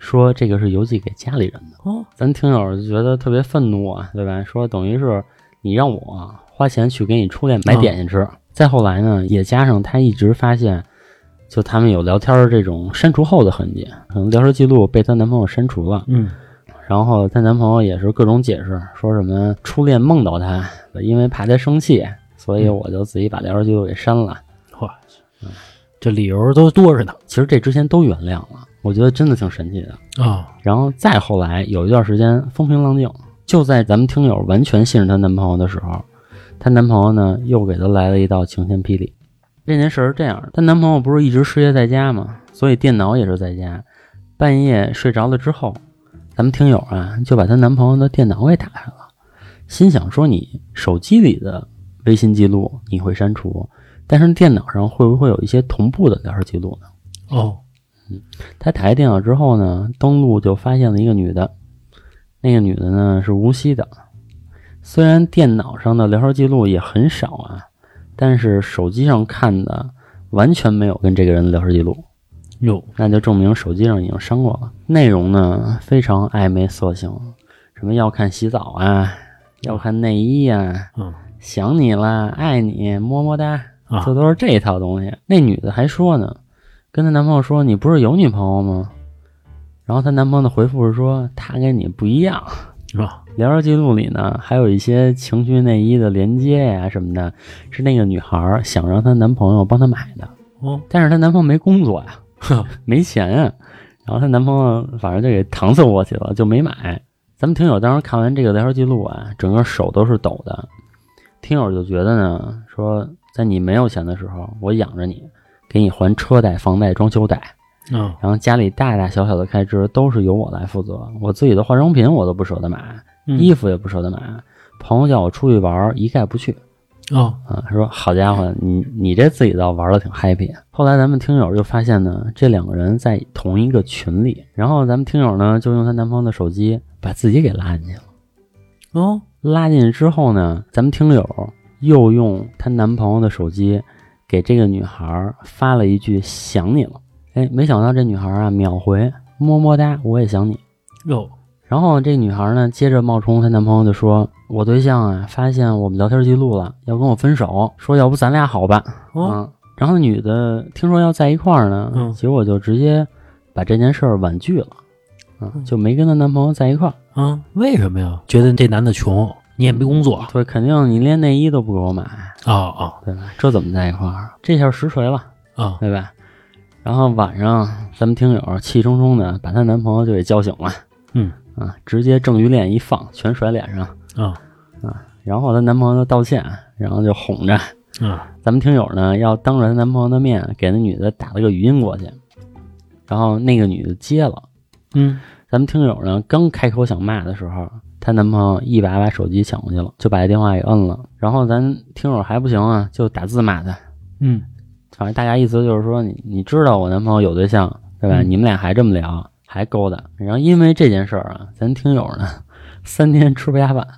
说这个是邮寄给家里人的。 哦， 咱听友就觉得特别愤怒啊，对吧？说等于是你让我花钱去给你初恋买点心吃。再后来呢，也加上他一直发现，就他们有聊天这种删除后的痕迹，可能聊天记录被她男朋友删除了。然后她男朋友也是各种解释，说什么初恋梦到她，因为怕她生气，所以我就自己把聊天记录给删了。 哇，这理由都多着呢。 其实这之前都原谅了，我觉得真的挺神奇的啊。 然后再后来有一段时间风平浪静，就在咱们听友完全信任她男朋友的时候，她男朋友呢又给她来了一道晴天霹雳。这件事是这样，她男朋友不是一直失业在家吗？所以电脑也是在家。半夜睡着了之后，咱们听友啊就把她男朋友的电脑给打开了，心想说你手机里的微信记录你会删除，但是电脑上会不会有一些同步的聊天记录呢？他打开电脑之后呢，登录就发现了一个女的，那个女的呢是无锡的。虽然电脑上的聊天记录也很少啊，但是手机上看的完全没有跟这个人的聊天记录。那就证明手机上已经删过了。内容呢非常暧昧色情，什么要看洗澡啊，要看内衣啊，想你啦，爱你，么么哒，这都是这一套东西。那女的还说呢，跟她男朋友说你不是有女朋友吗？然后她男朋友的回复是说他跟你不一样。聊天记录里呢还有一些情趣内衣的连接呀什么的，是那个女孩想让她男朋友帮她买的。但是她男朋友没工作呀，没钱呀，然后她男朋友反正就给搪塞过去了，就没买。咱们听友当时看完这个聊天记录啊，整个手都是抖的。听友就觉得呢，说在你没有钱的时候，我养着你，给你还车贷、房贷、装修贷，然后家里大大小小的开支都是由我来负责，我自己的化妆品我都不舍得买，衣服也不舍得买，朋友叫我出去玩一概不去。说好家伙，你这自己倒玩的挺 happy。后来咱们听友就发现呢，这两个人在同一个群里，然后咱们听友呢就用她男朋友的手机把自己给拉进去了。拉进去之后呢，咱们听友又用她男朋友的手机给这个女孩发了一句想你了。没想到这女孩啊秒回么么哒，我也想你。然后这女孩呢接着冒充她男朋友就说，我对象啊发现我们聊天记录了，要跟我分手，说要不咱俩好吧。然后女的听说要在一块儿呢，结果就直接把这件事儿婉拒了，就没跟她男朋友在一块儿。 为什么呀？觉得这男的穷，你也没工作。 对，肯定你连内衣都不给我买。对吧？这怎么在一块儿？这下实锤了对吧？然后晚上咱们听友气冲冲的把她男朋友就给叫醒了。直接郑鱼链一放，全甩脸上。然后她男朋友就道歉，然后就哄着。咱们听友呢要当着她男朋友的面给那女的打了个语音过去，然后那个女的接了。咱们听友呢刚开口想骂的时候，她男朋友一把手机抢过去了，就把这电话给摁了。然后咱听友还不行啊，就打字骂她。反正大概意思就是说，你知道我男朋友有对象对吧？你们俩还这么聊，还勾搭。然后因为这件事儿啊，咱听友呢3天吃不下饭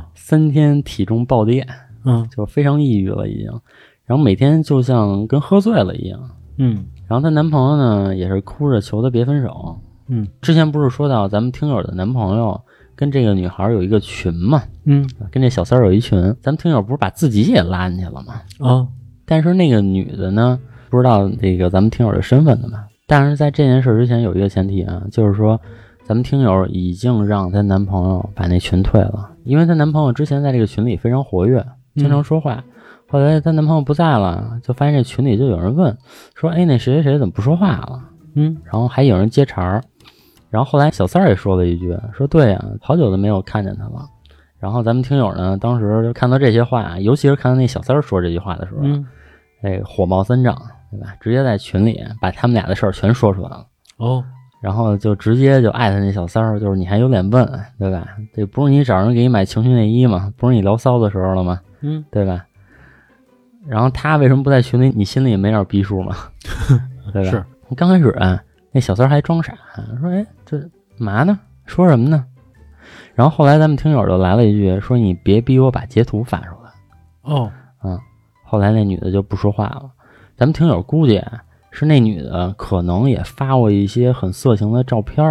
3天体重暴跌，就非常抑郁了已经。然后每天就像跟喝醉了一样。然后她男朋友呢也是哭着求她别分手。之前不是说到咱们听友的男朋友跟这个女孩有一个群嘛，跟这小三儿有一群，咱们听友不是把自己也拉进去了吗？但是那个女的呢不知道这个咱们听友的身份的嘛。但是在这件事之前有一个前提啊，就是说咱们听友已经让她男朋友把那群退了，因为她男朋友之前在这个群里非常活跃，经常说话。后来她男朋友不在了，就发现这群里就有人问说，那谁谁谁怎么不说话了？然后还有人接茬儿。然后后来小三儿也说了一句，说对呀，好久都没有看见他了。然后咱们听友呢当时就看到这些话，尤其是看到那小三儿说这句话的时候，火冒三丈，对吧？直接在群里把他们俩的事儿全说出来了。然后就直接就艾特那小三儿，就是你还有脸问，对吧？这不是你找人给你买情趣内衣吗？不是你聊骚的时候了吗？对吧？然后他为什么不在群里？你心里也没点逼数吗？对吧？是。刚开始啊，那小三儿还装傻，说这嘛呢？说什么呢？然后后来咱们听友就来了一句，说你别逼我把截图发出来。后来那女的就不说话了。咱们听友估计是那女的可能也发过一些很色情的照片，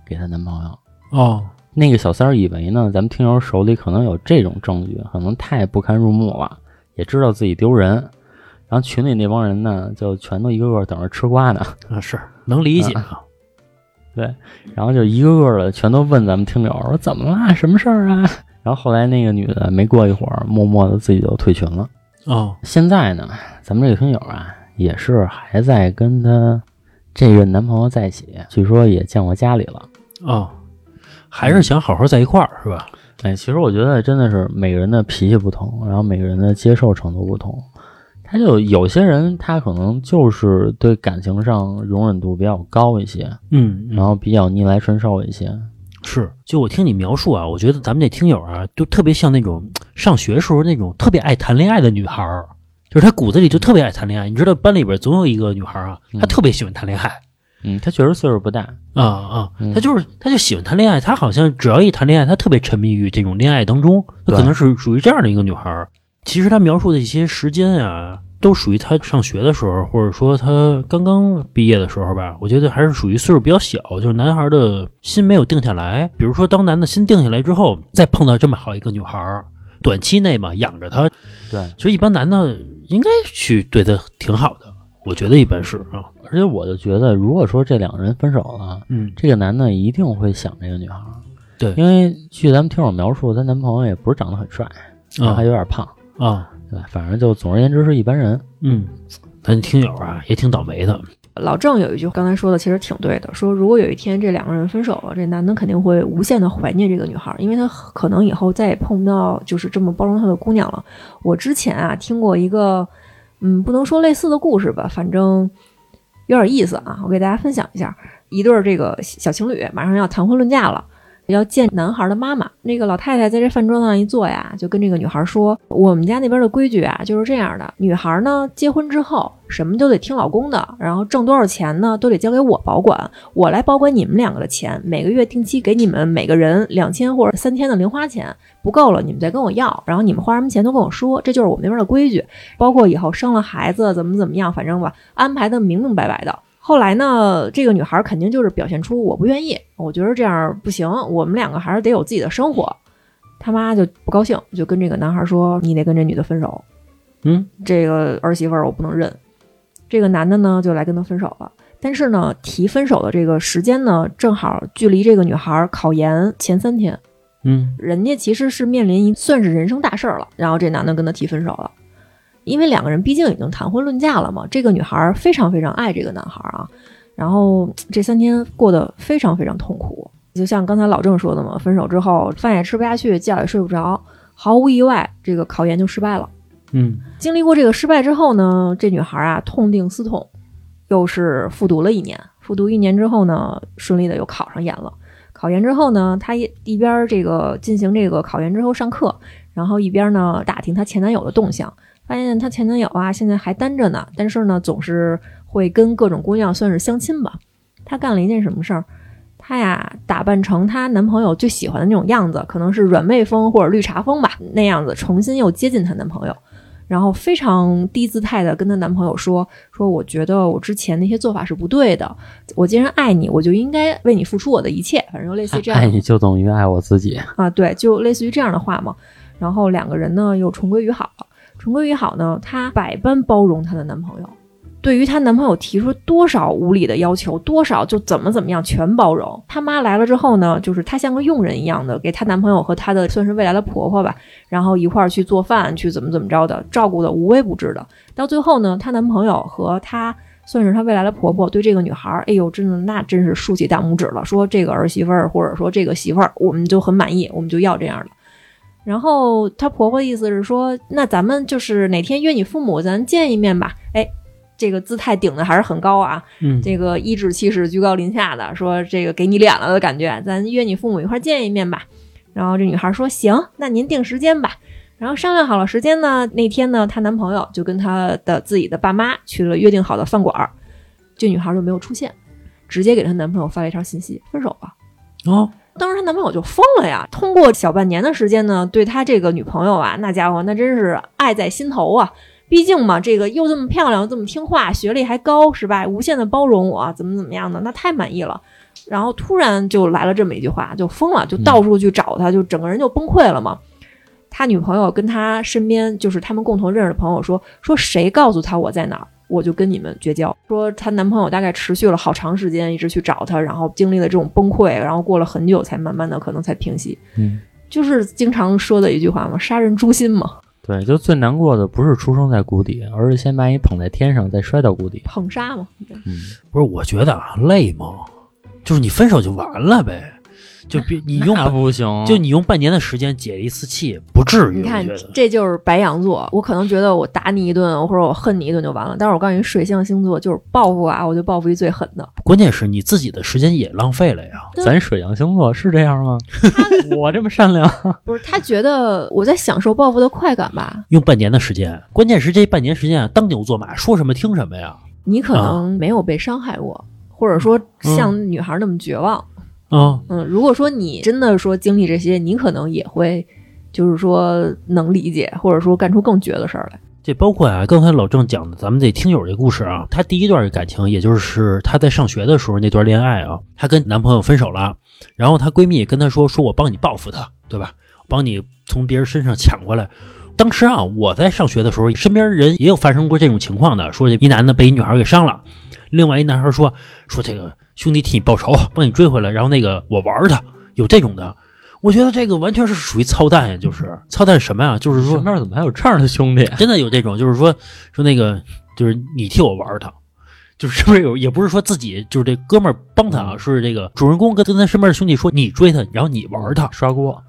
给她男朋友。 哦， 那个小三儿以为呢，咱们听友手里可能有这种证据，可能太不堪入目了，也知道自己丢人，然后群里那帮人呢，就全都一个个等着吃瓜呢。 是能理解啊。 对，然后就一个个的全都问咱们听友说怎么啦，什么事儿啊？然后后来那个女的没过一会儿，默默的自己就退群了。 哦， 现在呢，咱们这个听友啊，也是还在跟她这任男朋友在一起，据说也见过家里了。 哦，还是想好好在一块儿，是吧？ 哎，其实我觉得真的是每个人的脾气不同，然后每个人的接受程度不同。他就有些人，他可能就是对感情上容忍度比较高一些，然后比较逆来顺受一些。 是，就我听你描述啊，我觉得咱们这听友啊，就特别像那种上学时候那种特别爱谈恋爱的女孩儿，就是她骨子里就特别爱谈恋爱。你知道班里边总有一个女孩啊，她特别喜欢谈恋爱。 她确实岁数不大她就喜欢谈恋爱，她好像只要一谈恋爱，她特别沉迷于这种恋爱当中，她可能是属于这样的一个女孩儿。其实她描述的一些时间啊，都属于她上学的时候，或者说她刚刚毕业的时候吧。我觉得还是属于岁数比较小，就是男孩的心没有定下来。比如说，当男的心定下来之后，再碰到这么好一个女孩，短期内嘛养着她， 对， 其实一般男的应该去对她挺好的，我觉得一般是啊。 而且我就觉得，如果说这两个人分手了，这个男的一定会想这个女孩。 对， 因为据咱们听友描述，她男朋友也不是长得很帅，还有点胖啊， 对，反正就总而言之是一般人。 咱听友啊也挺倒霉的。 老郑有一句刚才说的其实挺对的，说如果有一天这两个人分手了，这男的肯定会无限的怀念这个女孩，因为他可能以后再也碰不到就是这么包容他的姑娘了。我之前啊听过一个不能说类似的故事吧，反正有点意思啊，我给大家分享一下。一对这个小情侣马上要谈婚论嫁了，要见男孩的妈妈。那个老太太在这饭桌上一坐呀，就跟这个女孩说，我们家那边的规矩啊就是这样的，女孩呢结婚之后什么都得听老公的，然后挣多少钱呢都得交给我保管，我来保管你们两个的钱，每个月定期给你们每个人2000或者3天的零花钱，不够了你们再跟我要，然后你们花什么钱都跟我说，这就是我们那边的规矩，包括以后生了孩子怎么样，反正吧安排的明明白白的。后来呢，这个女孩肯定就是表现出我不愿意，我觉得这样不行，我们两个还是得有自己的生活。他妈就不高兴，就跟这个男孩说，你得跟这女的分手。这个儿媳妇儿我不能认。这个男的呢就来跟他分手了，但是呢提分手的这个时间呢正好距离这个女孩考研前3天。人家其实是面临算是人生大事了，然后这男的跟他提分手了。因为两个人毕竟已经谈婚论嫁了嘛，这个女孩非常非常爱这个男孩啊，然后这3天过得非常非常痛苦。就像刚才老郑说的嘛，分手之后饭也吃不下去，觉也睡不着，毫无意外这个考研就失败了。经历过这个失败之后呢，这女孩啊痛定思痛，又是复读了1年。复读1年之后呢，顺利的又考上研了。考研之后呢，她一边这个进行这个考研之后上课，然后一边呢打听她前男友的动向。发现她前男友啊现在还单着呢，但是呢总是会跟各种姑娘算是相亲吧。她干了一件什么事儿？她呀打扮成她男朋友最喜欢的那种样子，可能是软妹风或者绿茶风吧，那样子重新又接近她男朋友，然后非常低姿态的跟她男朋友说我觉得我之前那些做法是不对的，我既然爱你，我就应该为你付出我的一切，反正类似于这样。 爱你就等于爱我自己啊，对，就类似于这样的话嘛。然后两个人呢又重归于好了。重归于好呢，她百般包容她的男朋友，对于她男朋友提出多少无理的要求，多少就怎么样全包容。她妈来了之后呢，就是她像个佣人一样的给她男朋友和她的算是未来的婆婆吧，然后一块儿去做饭，去怎么着的，照顾的无微不至的。到最后呢，她男朋友和她算是她未来的婆婆对这个女孩，哎呦，那真是竖起大拇指了，说这个儿媳妇儿或者说这个媳妇儿我们就很满意，我们就要这样的。然后她婆婆的意思是说，那咱们就是哪天约你父母咱见一面吧。这个姿态顶的还是很高啊，这个颐指气使居高临下的，说这个给你脸了的感觉，咱约你父母一块见一面吧。然后这女孩说行，那您定时间吧。然后商量好了时间呢，那天呢她男朋友就跟她的自己的爸妈去了约定好的饭馆，这女孩就没有出现，直接给她男朋友发了一条信息，分手了。当时她男朋友就疯了呀，通过小半年的时间呢，对她这个女朋友啊，那家伙那真是爱在心头啊。毕竟嘛，这个又这么漂亮，又这么听话，学历还高，是吧？无限的包容我，怎么样的，那太满意了。 然后突然就来了这么一句话，就疯了，就到处去找他，就整个人就崩溃了嘛。他女朋友跟他身边就是他们共同认识的朋友说谁告诉他我在哪儿，我就跟你们绝交。说她男朋友大概持续了好长时间一直去找她，然后经历了这种崩溃，然后过了很久才慢慢的可能才平息。就是经常说的一句话嘛，杀人诛心嘛。 对，就最难过的不是出生在谷底，而是先把你捧在天上，再摔到谷底。 捧杀嘛。 不是，我觉得啊，累吗？就是你分手就完了呗。就别你用不行， 就你用半年的时间解一次气，不至于。 你看，这就是白羊座。我可能觉得我打你一顿，或者我恨你一顿就完了。但是我告诉你，水象星座就是报复啊，我就报复一最狠的。 关键是你自己的时间也浪费了呀。 咱水象星座是这样吗？我这么善良？ 不是，他觉得我在享受报复的快感吧？ 用半年的时间，关键是这半年时间啊，当牛做马，说什么听什么呀。 你可能没有被伤害过，或者说像女孩那么绝望。如果说你真的说经历这些，你可能也会就是说能理解，或者说干出更绝的事儿来。 这包括啊，刚才老郑讲的咱们这听友这故事啊，他第一段感情也就是他在上学的时候那段恋爱啊，她跟男朋友分手了，然后她闺蜜跟她说我帮你报复他，对吧？我帮你从别人身上抢过来。当时啊，我在上学的时候，身边人也有发生过这种情况的，说一男的被一女孩给伤了，另外一男孩说这个兄弟替你报仇，帮你追回来，然后那个我玩他，有这种的。我觉得这个完全是属于操蛋呀，就是操蛋什么呀？就是说身边怎么还有这样的兄弟？ 真的有这种，就是说那个就是你替我玩他，就是是不是有？也不是说自己就是这哥们儿帮他，是这个主人公跟他身边的兄弟说你追他，然后你玩他， 刷锅。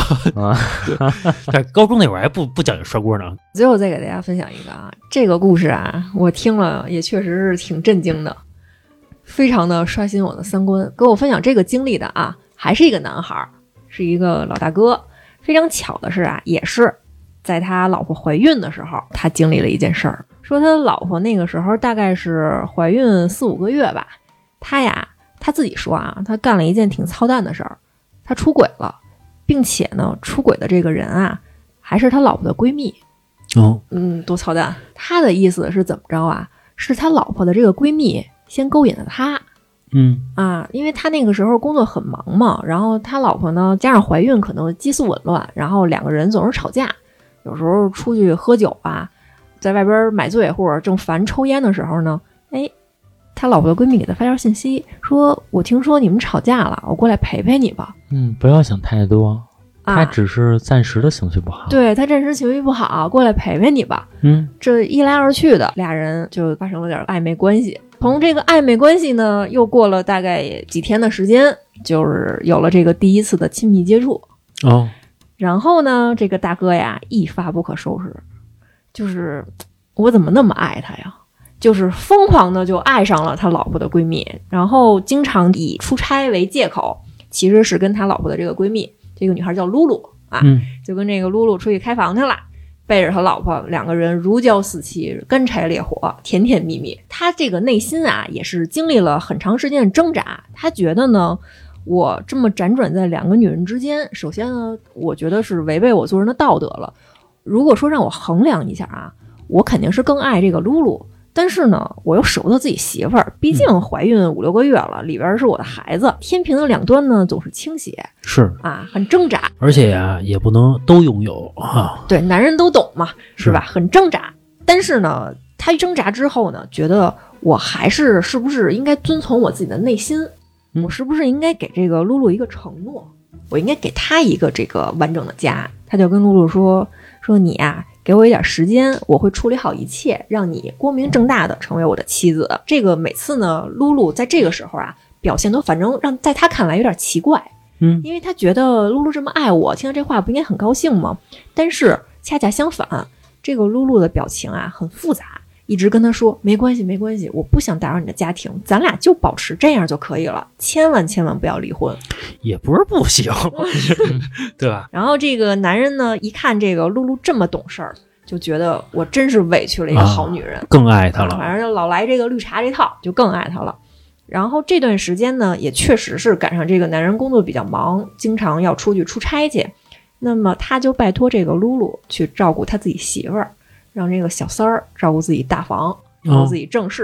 在高中那会儿还不讲究刷锅呢。 最后再给大家分享一个啊，这个故事啊，我听了也确实是挺震惊的，非常的刷新我的三观。跟我分享这个经历的啊，还是一个男孩，是一个老大哥。非常巧的是啊，也是在他老婆怀孕的时候，他经历了一件事儿。说他老婆那个时候大概是怀孕4-5个月吧，他自己说啊，他干了一件挺操蛋的事儿，他出轨了。并且呢，出轨的这个人啊，还是他老婆的闺蜜。多操蛋！他的意思是怎么着啊？是他老婆的这个闺蜜先勾引了他。因为他那个时候工作很忙嘛，然后他老婆呢，加上怀孕，可能激素紊乱，然后两个人总是吵架，有时候出去喝酒啊，在外边买醉或者正烦抽烟的时候呢，他老婆的闺蜜给他发条信息说，我听说你们吵架了，我过来陪陪你吧。 不要想太多，他只是暂时的情绪不好。 对，他暂时情绪不好，过来陪陪你吧。这一来二去的，俩人就发生了点暧昧关系。从这个暧昧关系呢，又过了大概几天的时间，就是有了这个第一次的亲密接触。然后呢，这个大哥呀一发不可收拾，就是我怎么那么爱他呀？就是疯狂的就爱上了他老婆的闺蜜，然后经常以出差为借口，其实是跟他老婆的这个闺蜜，这个女孩叫露露啊，就跟这个露露出去开房去了，背着他老婆两个人如胶似漆，干柴烈火，甜甜蜜蜜。他这个内心啊也是经历了很长时间的挣扎，他觉得呢，我这么辗转在两个女人之间，首先呢，我觉得是违背我做人的道德了。如果说让我衡量一下啊，我肯定是更爱这个露露。但是呢，我又舍不得自己媳妇儿，毕竟怀孕5-6个月了，里边是我的孩子，天平的两端呢总是倾斜， 是啊，很挣扎， 而且呀，也不能都拥有啊。 对，男人都懂嘛，是吧？很挣扎。但是呢，他挣扎之后呢，觉得我还是不是应该遵从我自己的内心？我是不是应该给这个露露一个承诺？我应该给她一个这个完整的家。他就跟露露说你啊，给我一点时间，我会处理好一切，让你光明正大的成为我的妻子。这个每次呢，露露在这个时候啊，表现都反正让在他看来有点奇怪，因为他觉得露露这么爱我，听到这话不应该很高兴吗？但是恰恰相反，这个露露的表情啊很复杂，一直跟他说没关系没关系，我不想打扰你的家庭，咱俩就保持这样就可以了，千万不要离婚。 也不是不行对吧？ 然后这个男人呢，一看这个露露这么懂事儿，就觉得我真是委屈了一个好女人， 更爱她了。 反正就老来这个绿茶这套，就更爱她了。然后这段时间呢，也确实是赶上这个男人工作比较忙，经常要出去出差去，那么他就拜托这个露露去照顾他自己媳妇儿，让这个小三儿照顾自己大房，照顾自己正室，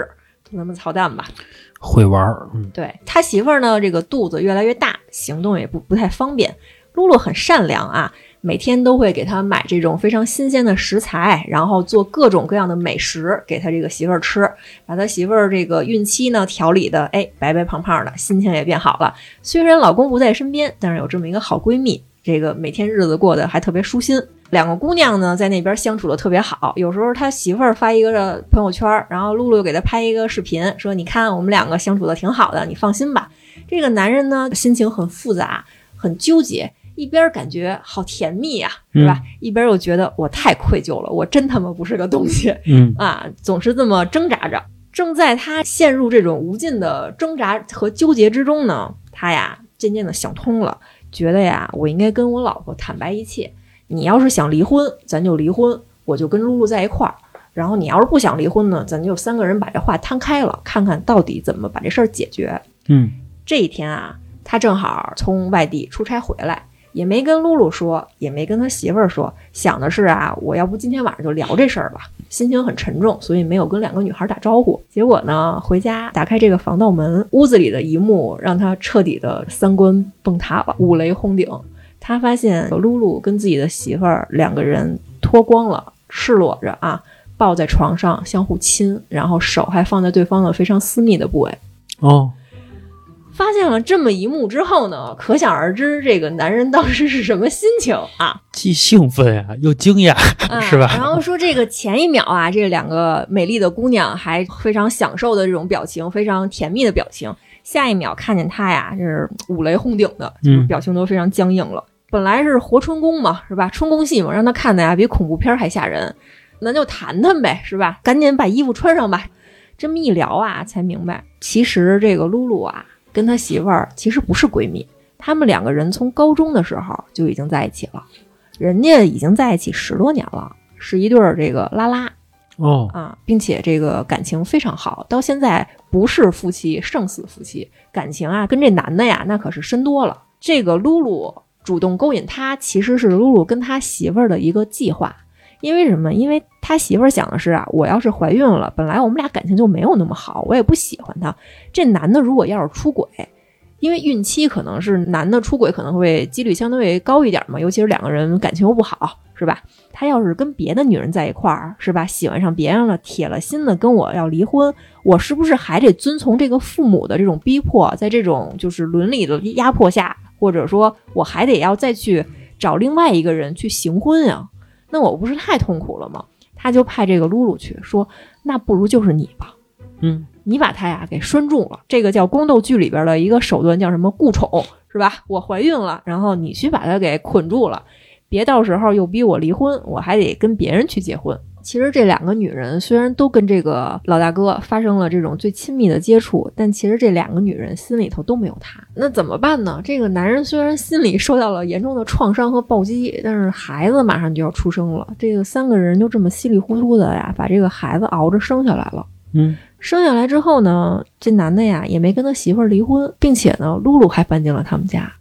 就那么操蛋吧。 会玩儿， 对他媳妇儿呢，这个肚子越来越大，行动也不太方便。露露很善良啊，每天都会给他买这种非常新鲜的食材，然后做各种各样的美食给他这个媳妇儿吃，把他媳妇儿这个孕期呢调理的白白胖胖的，心情也变好了。虽然老公不在身边，但是有这么一个好闺蜜，这个每天日子过得还特别舒心。两个姑娘呢在那边相处的特别好，有时候他媳妇儿发一个朋友圈，然后露露又给他拍一个视频，说你看我们两个相处的挺好的，你放心吧。这个男人呢心情很复杂，很纠结，一边感觉好甜蜜啊，是吧？一边又觉得我太愧疚了，我真他妈不是个东西，总是这么挣扎着。正在他陷入这种无尽的挣扎和纠结之中呢，他呀渐渐的想通了，觉得呀我应该跟我老婆坦白一切。你要是想离婚，咱就离婚，我就跟露露在一块儿。然后你要是不想离婚呢，咱就3个人把这话摊开了，看看到底怎么把这事儿解决。这一天啊，他正好从外地出差回来，也没跟露露说，也没跟他媳妇儿说，想的是啊，我要不今天晚上就聊这事儿吧。心情很沉重，所以没有跟2个女孩打招呼。结果呢，回家打开这个防盗门，屋子里的一幕让他彻底的3观崩塌了，五雷轰顶。他发现露露跟自己的媳妇儿2个人脱光了，赤裸着啊，抱在床上相互亲，然后手还放在对方的非常私密的部位。发现了这么一幕之后呢，可想而知这个男人当时是什么心情啊， 既兴奋呀又惊讶，是吧？ 然后说这个前一秒啊，这2个美丽的姑娘还非常享受的这种表情，非常甜蜜的表情，下一秒看见他呀，这是五雷轰顶的，就是表情都非常僵硬了。本来是活春宫嘛，是吧？春宫戏嘛，让他看的呀比恐怖片还吓人。那就谈谈呗，是吧？赶紧把衣服穿上吧。这么一聊啊，才明白，其实这个露露啊，跟他媳妇儿其实不是闺蜜，他们2个人从高中的时候就已经在一起了，人家已经在一起10多年了，是一对这个拉拉。并且这个感情非常好，到现在不是夫妻胜似夫妻，感情啊跟这男的呀那可是深多了。这个露露主动勾引他，其实是露露跟他媳妇儿的一个计划。因为什么？因为他媳妇儿想的是啊，我要是怀孕了，本来我们俩感情就没有那么好，我也不喜欢他。这男的如果要是出轨，因为孕期可能是男的出轨可能会几率相对高一点嘛，尤其是2个人感情又不好，是吧？他要是跟别的女人在一块儿，是吧？喜欢上别人了，铁了心的跟我要离婚，我是不是还得遵从这个父母的这种逼迫，在这种就是伦理的压迫下，或者说我还得要再去找另外一个人去行婚呀？那我不是太痛苦了吗？他就派这个露露去说，那不如就是你吧，你把他呀给拴住了。这个叫宫斗剧里边的一个手段，叫什么顾宠，是吧？我怀孕了，然后你去把他给捆住了，别到时候又逼我离婚，我还得跟别人去结婚。其实这2个女人虽然都跟这个老大哥发生了这种最亲密的接触，但其实这2个女人心里头都没有他。那怎么办呢？这个男人虽然心里受到了严重的创伤和暴击，但是孩子马上就要出生了，这个3个人就这么稀里糊涂的呀，把这个孩子熬着生下来了。生下来之后呢，这男的呀也没跟他媳妇儿离婚，并且呢，露露还搬进了他们家。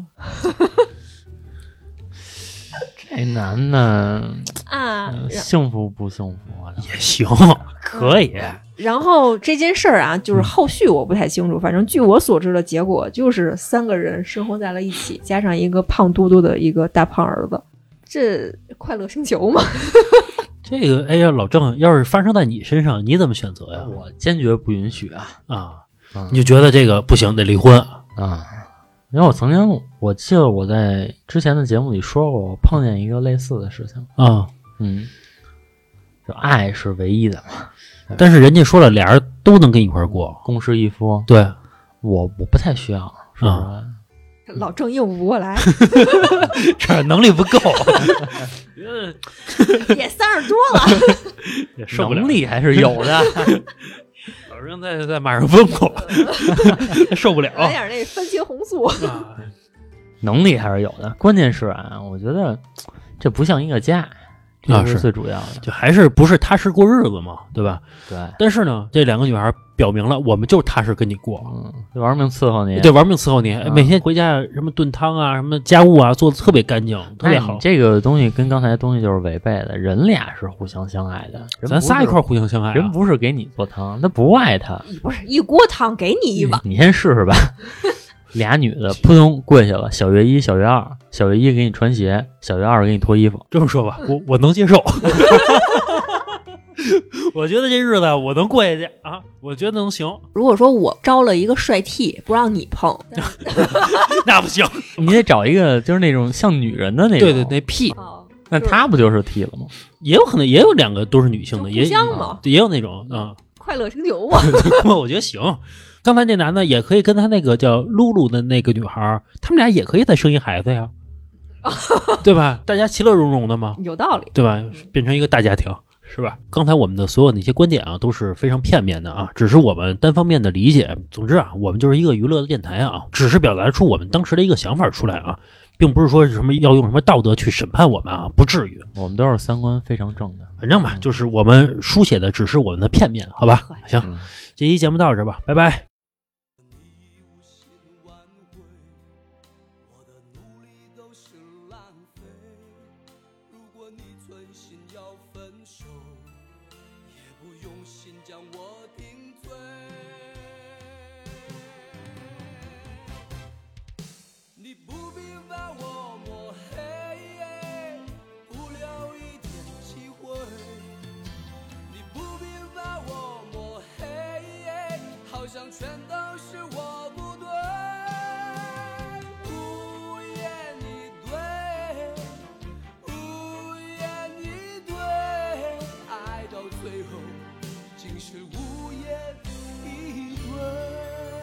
这男的幸福不幸福啊？ 也行，可以。 然后这件事儿啊，就是后续我不太清楚，反正据我所知的结果就是3个人生活在了一起，加上一个胖嘟嘟的一个大胖儿子。这快乐星球嘛。 这个哎呀，老郑，要是发生在你身上，你怎么选择呀？ 我坚决不允许你就觉得这个不行，得离婚啊？ 因为我记得我在之前的节目里说过，我碰见一个类似的事情就爱是唯一的嘛。 但是人家说了，俩人都能跟一块过， 共侍一夫。 对， 我不太需要，是吧？ 老郑应不过来， 这能力不够， 也30多了， 也受不了， 能力还是有的。 老郑在马上问过，受不了， 来点那番茄红素， 能力还是有的。关键是啊，我觉得这不像一个家， 这是最主要的。 就还是不是踏实过日子嘛，对吧？ 对， 但是呢，这两个女孩表明了，我们就是踏实跟你过， 玩命伺候你， 对，玩命伺候你，每天回家什么炖汤啊，什么家务啊，做的特别干净，特别好。 这个东西跟刚才的东西就是违背的，人俩是互相相爱的， 咱仨一块互相相爱， 人不是给你做汤，他不爱他， 不是一锅汤给你一碗， 你先试试吧。俩女的扑通跪下了，小月一、小月二，小月一给你穿鞋，小月二给你脱衣服。 这么说吧，我能接受。我觉得这日子我能过下去啊，我觉得能行。 如果说我招了一个帅 T， 不让你碰， 那不行， 你得找一个就是那种像女人的那种。 对对，那 P， 那他不就是 T 了吗？ 也有可能也有两个都是女性的，也嘛， 也有那种快乐星球啊。 我觉得行。刚才这男的也可以跟他那个叫露露的那个女孩，他们俩也可以再生一孩子呀，对吧？大家其乐融融的嘛， 有道理， 对吧？变成一个大家庭，是吧？刚才我们的所有那些观点啊，都是非常片面的啊，只是我们单方面的理解。总之啊，我们就是一个娱乐的电台啊，只是表达出我们当时的一个想法出来啊，并不是说什么要用什么道德去审判我们啊，不至于。 我们都是三观非常正的， 反正吧，就是我们书写的只是我们的片面，好吧？行，这期节目到这吧，拜拜。 好像全都是我不对，无言以对，无言以对，爱到最后竟是无言以对。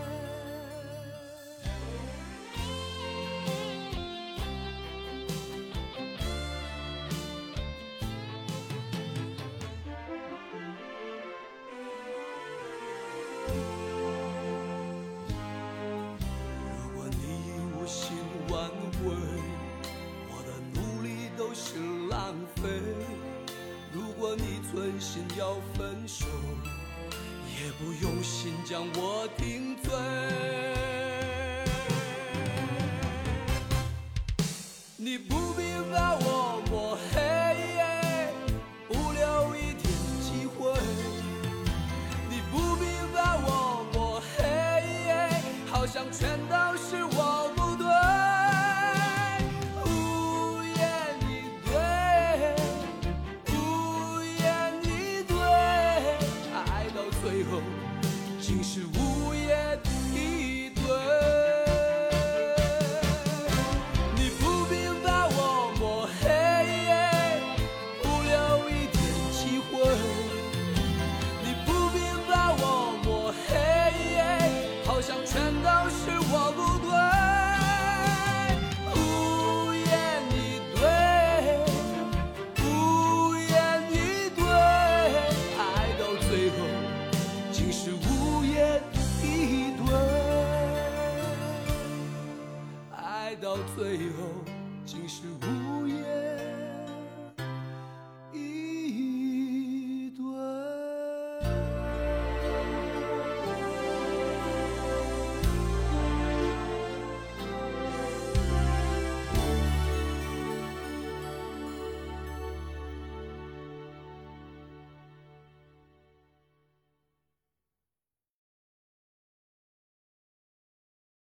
存心要分手，也不用心将我定罪。你不必把我抹黑，不留一点机会。你不必把我抹黑，好像全都是我不对。最后竟是无言以对。你不必把我抹黑，不留一点机会。你不必把我抹黑，好像全都是我不对。无言以对，无言以对，爱到最后竟是无言以对，爱到最后竟是无言。